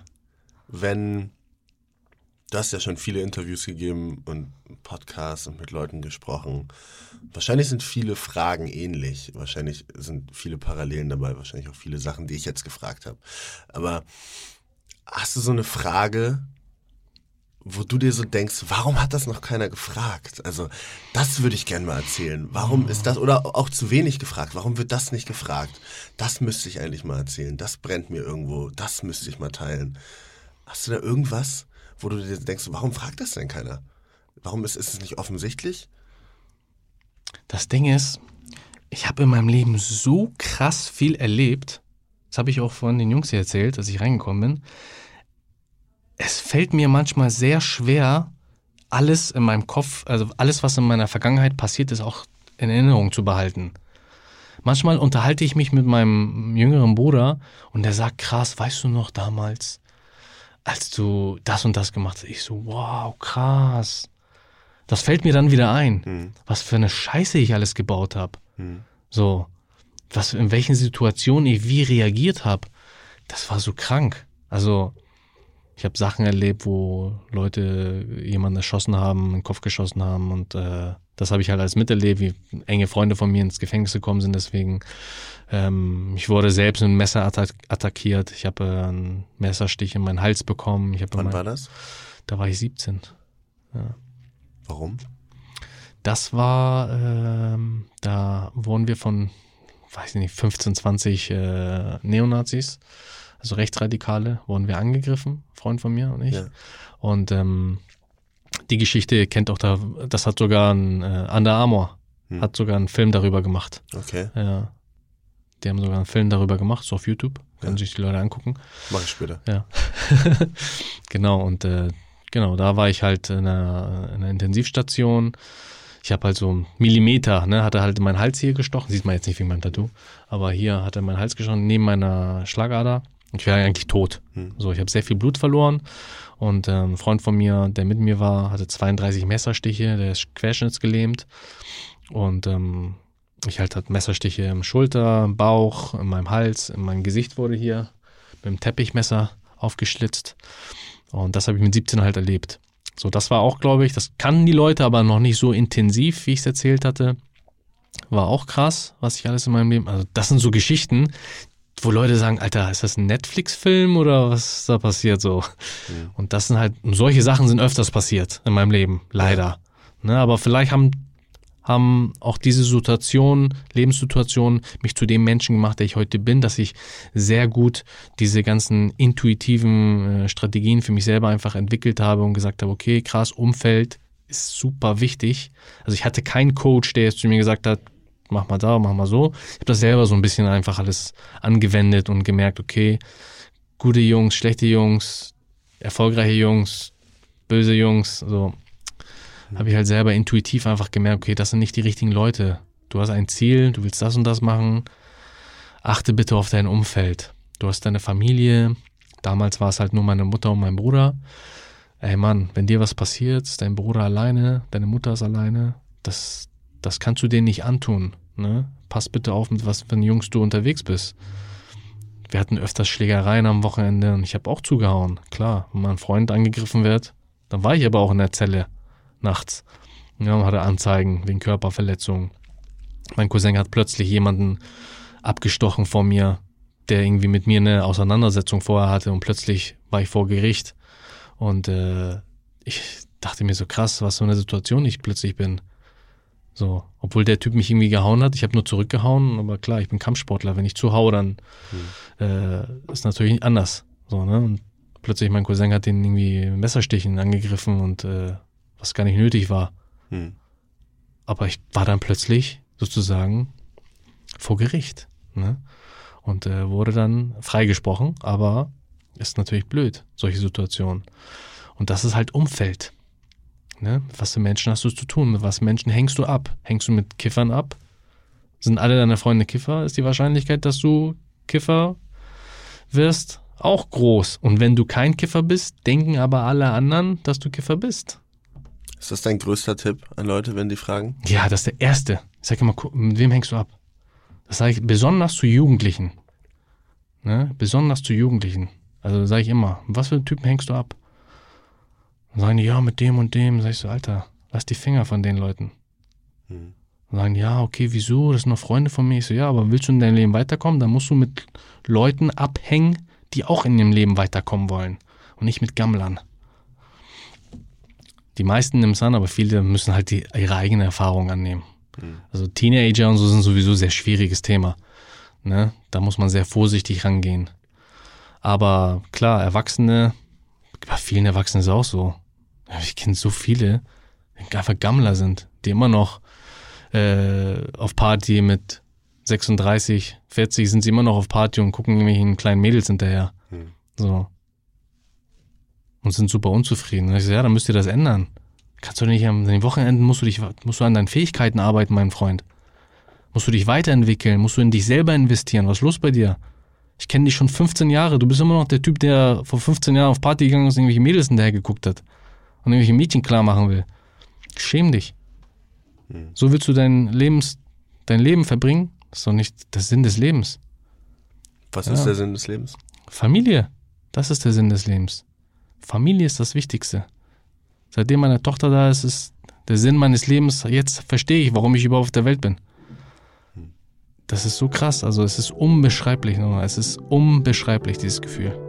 S2: Du hast ja schon viele Interviews gegeben und Podcasts und mit Leuten gesprochen. Wahrscheinlich sind viele Fragen ähnlich. Wahrscheinlich sind viele Parallelen dabei. Wahrscheinlich auch viele Sachen, die ich jetzt gefragt habe. Aber hast du so eine Frage, wo du dir so denkst, warum hat das noch keiner gefragt? Also das würde ich gerne mal erzählen. Warum ist das, oder auch zu wenig gefragt, warum wird das nicht gefragt? Das müsste ich eigentlich mal erzählen, das brennt mir irgendwo, das müsste ich mal teilen. Hast du da irgendwas, wo du dir denkst, warum fragt das denn keiner? Warum ist es nicht offensichtlich?
S1: Das Ding ist, ich habe in meinem Leben so krass viel erlebt, das habe ich auch von den Jungs hier erzählt, als ich reingekommen bin. Es fällt mir manchmal sehr schwer, alles in meinem Kopf, also alles, was in meiner Vergangenheit passiert ist, auch in Erinnerung zu behalten. Manchmal unterhalte ich mich mit meinem jüngeren Bruder und der sagt, krass, weißt du noch damals, als du das und das gemacht hast? Ich so, wow, krass. Das fällt mir dann wieder ein, was für eine Scheiße ich alles gebaut habe. So, in welchen Situationen ich wie reagiert habe. Das war so krank. Also ich habe Sachen erlebt, wo Leute jemanden erschossen haben, in den Kopf geschossen haben und das habe ich halt alles miterlebt, wie enge Freunde von mir ins Gefängnis gekommen sind deswegen. Ich wurde selbst mit einem Messer attackiert. Ich habe einen Messerstich in meinen Hals bekommen.
S2: Wann war das?
S1: Da war ich 17. Ja.
S2: Warum?
S1: Das war wurden wir von, weiß ich nicht, 15, 20 Neonazis, also Rechtsradikale, wurden wir angegriffen, Freund von mir und ich. Ja. Und die Geschichte, ihr kennt auch das hat sogar ein Under Armour, hat sogar einen Film darüber gemacht.
S2: Okay.
S1: Ja. Die haben sogar einen Film darüber gemacht, so auf YouTube. Können sich die Leute angucken.
S2: Mach ich später.
S1: Ja. Genau, und da war ich halt in einer Intensivstation. Ich habe halt so einen Millimeter, ne, hat er halt in meinen Hals hier gestochen. Sieht man jetzt nicht wegen meinem Tattoo. Aber hier hat er meinen Hals gestochen, neben meiner Schlagader. Ich wäre eigentlich tot. So, ich habe sehr viel Blut verloren. Und ein Freund von mir, der mit mir war, hatte 32 Messerstiche. Der ist querschnittsgelähmt. Und ich hatte Messerstiche im Schulter, im Bauch, in meinem Hals, in meinem Gesicht wurde hier mit dem Teppichmesser aufgeschlitzt. Und das habe ich mit 17 halt erlebt. So, das war auch, glaube ich, das kannten die Leute, aber noch nicht so intensiv, wie ich es erzählt hatte. War auch krass, was ich alles in meinem Leben, also das sind so Geschichten, wo Leute sagen, Alter, ist das ein Netflix-Film oder was ist da passiert so? Mhm. Und das sind halt, solche Sachen sind öfters passiert in meinem Leben, leider. Ja. Ne, aber vielleicht haben auch diese Lebenssituationen mich zu dem Menschen gemacht, der ich heute bin, dass ich sehr gut diese ganzen intuitiven Strategien für mich selber einfach entwickelt habe und gesagt habe, okay, krass, Umfeld ist super wichtig. Also ich hatte keinen Coach, der jetzt zu mir gesagt hat, mach mal da, mach mal so. Ich habe das selber so ein bisschen einfach alles angewendet und gemerkt, okay, gute Jungs, schlechte Jungs, erfolgreiche Jungs, böse Jungs, so. Habe ich halt selber intuitiv einfach gemerkt, okay, das sind nicht die richtigen Leute. Du hast ein Ziel, du willst das und das machen. Achte bitte auf dein Umfeld. Du hast deine Familie. Damals war es halt nur meine Mutter und mein Bruder. Ey Mann, wenn dir was passiert, ist dein Bruder alleine, deine Mutter ist alleine. Das kannst du denen nicht antun. Ne? Pass bitte auf, mit was für Jungs du unterwegs bist. Wir hatten öfters Schlägereien am Wochenende und ich habe auch zugehauen. Klar, wenn mein Freund angegriffen wird, dann war ich aber auch in der Zelle. Nachts. Ja, und hatte Anzeigen wegen Körperverletzung. Mein Cousin hat plötzlich jemanden abgestochen vor mir, der irgendwie mit mir eine Auseinandersetzung vorher hatte und plötzlich war ich vor Gericht. Und ich dachte mir so krass, was für eine Situation ich plötzlich bin. So, obwohl der Typ mich irgendwie gehauen hat, ich habe nur zurückgehauen, aber klar, ich bin Kampfsportler, wenn ich zuhaue, dann ist natürlich anders. So, ne? Und plötzlich mein Cousin hat den irgendwie Messerstichen angegriffen und was gar nicht nötig war. Aber ich war dann plötzlich sozusagen vor Gericht. Ne? Und wurde dann freigesprochen, aber ist natürlich blöd, solche Situationen. Und das ist halt Umfeld. Ne? Mit was für Menschen hast du zu tun? Mit was für Menschen hängst du ab? Hängst du mit Kiffern ab? Sind alle deine Freunde Kiffer? Ist die Wahrscheinlichkeit, dass du Kiffer wirst, auch groß. Und wenn du kein Kiffer bist, denken aber alle anderen, dass du Kiffer bist.
S2: Ist das dein größter Tipp an Leute, wenn die fragen?
S1: Ja, das ist der erste. Ich sage immer, mit wem hängst du ab? Das sage ich besonders zu Jugendlichen. Ne? Besonders zu Jugendlichen. Also sage ich immer, was für Typen hängst du ab? Dann sagen die, ja, mit dem und dem. Sag ich so, Alter, lass die Finger von den Leuten. Dann sagen die, ja, okay, wieso? Das sind noch Freunde von mir. Ich so, ja, aber willst du in deinem Leben weiterkommen? Dann musst du mit Leuten abhängen, die auch in ihrem Leben weiterkommen wollen. Und nicht mit Gammlern. Die meisten nehmen es an, aber viele müssen halt ihre eigene Erfahrung annehmen. Also Teenager und so sind sowieso ein sehr schwieriges Thema. Ne? Da muss man sehr vorsichtig rangehen. Aber klar, Erwachsene, bei vielen Erwachsenen ist es auch so. Ich kenne so viele, die einfach Gammler sind, die immer noch auf Party mit 36, 40 sind sie immer noch auf Party und gucken irgendwelchen kleinen Mädels hinterher. So. Und sind super unzufrieden. Und ich so, ja, dann müsst ihr das ändern. Kannst du nicht an den Wochenenden musst du an deinen Fähigkeiten arbeiten, mein Freund. Musst du dich weiterentwickeln, musst du in dich selber investieren. Was ist los bei dir? Ich kenne dich schon 15 Jahre. Du bist immer noch der Typ, der vor 15 Jahren auf Party gegangen ist und irgendwelche Mädels hinterher geguckt hat. Und irgendwelche Mädchen klar machen will. Schäm dich. So willst du dein Leben verbringen? Das ist doch nicht der Sinn des Lebens.
S2: Was ist der Sinn des Lebens?
S1: Familie. Das ist der Sinn des Lebens. Familie ist das Wichtigste. Seitdem meine Tochter da ist, ist der Sinn meines Lebens, jetzt verstehe ich, warum ich überhaupt auf der Welt bin. Das ist so krass, also es ist unbeschreiblich, dieses Gefühl.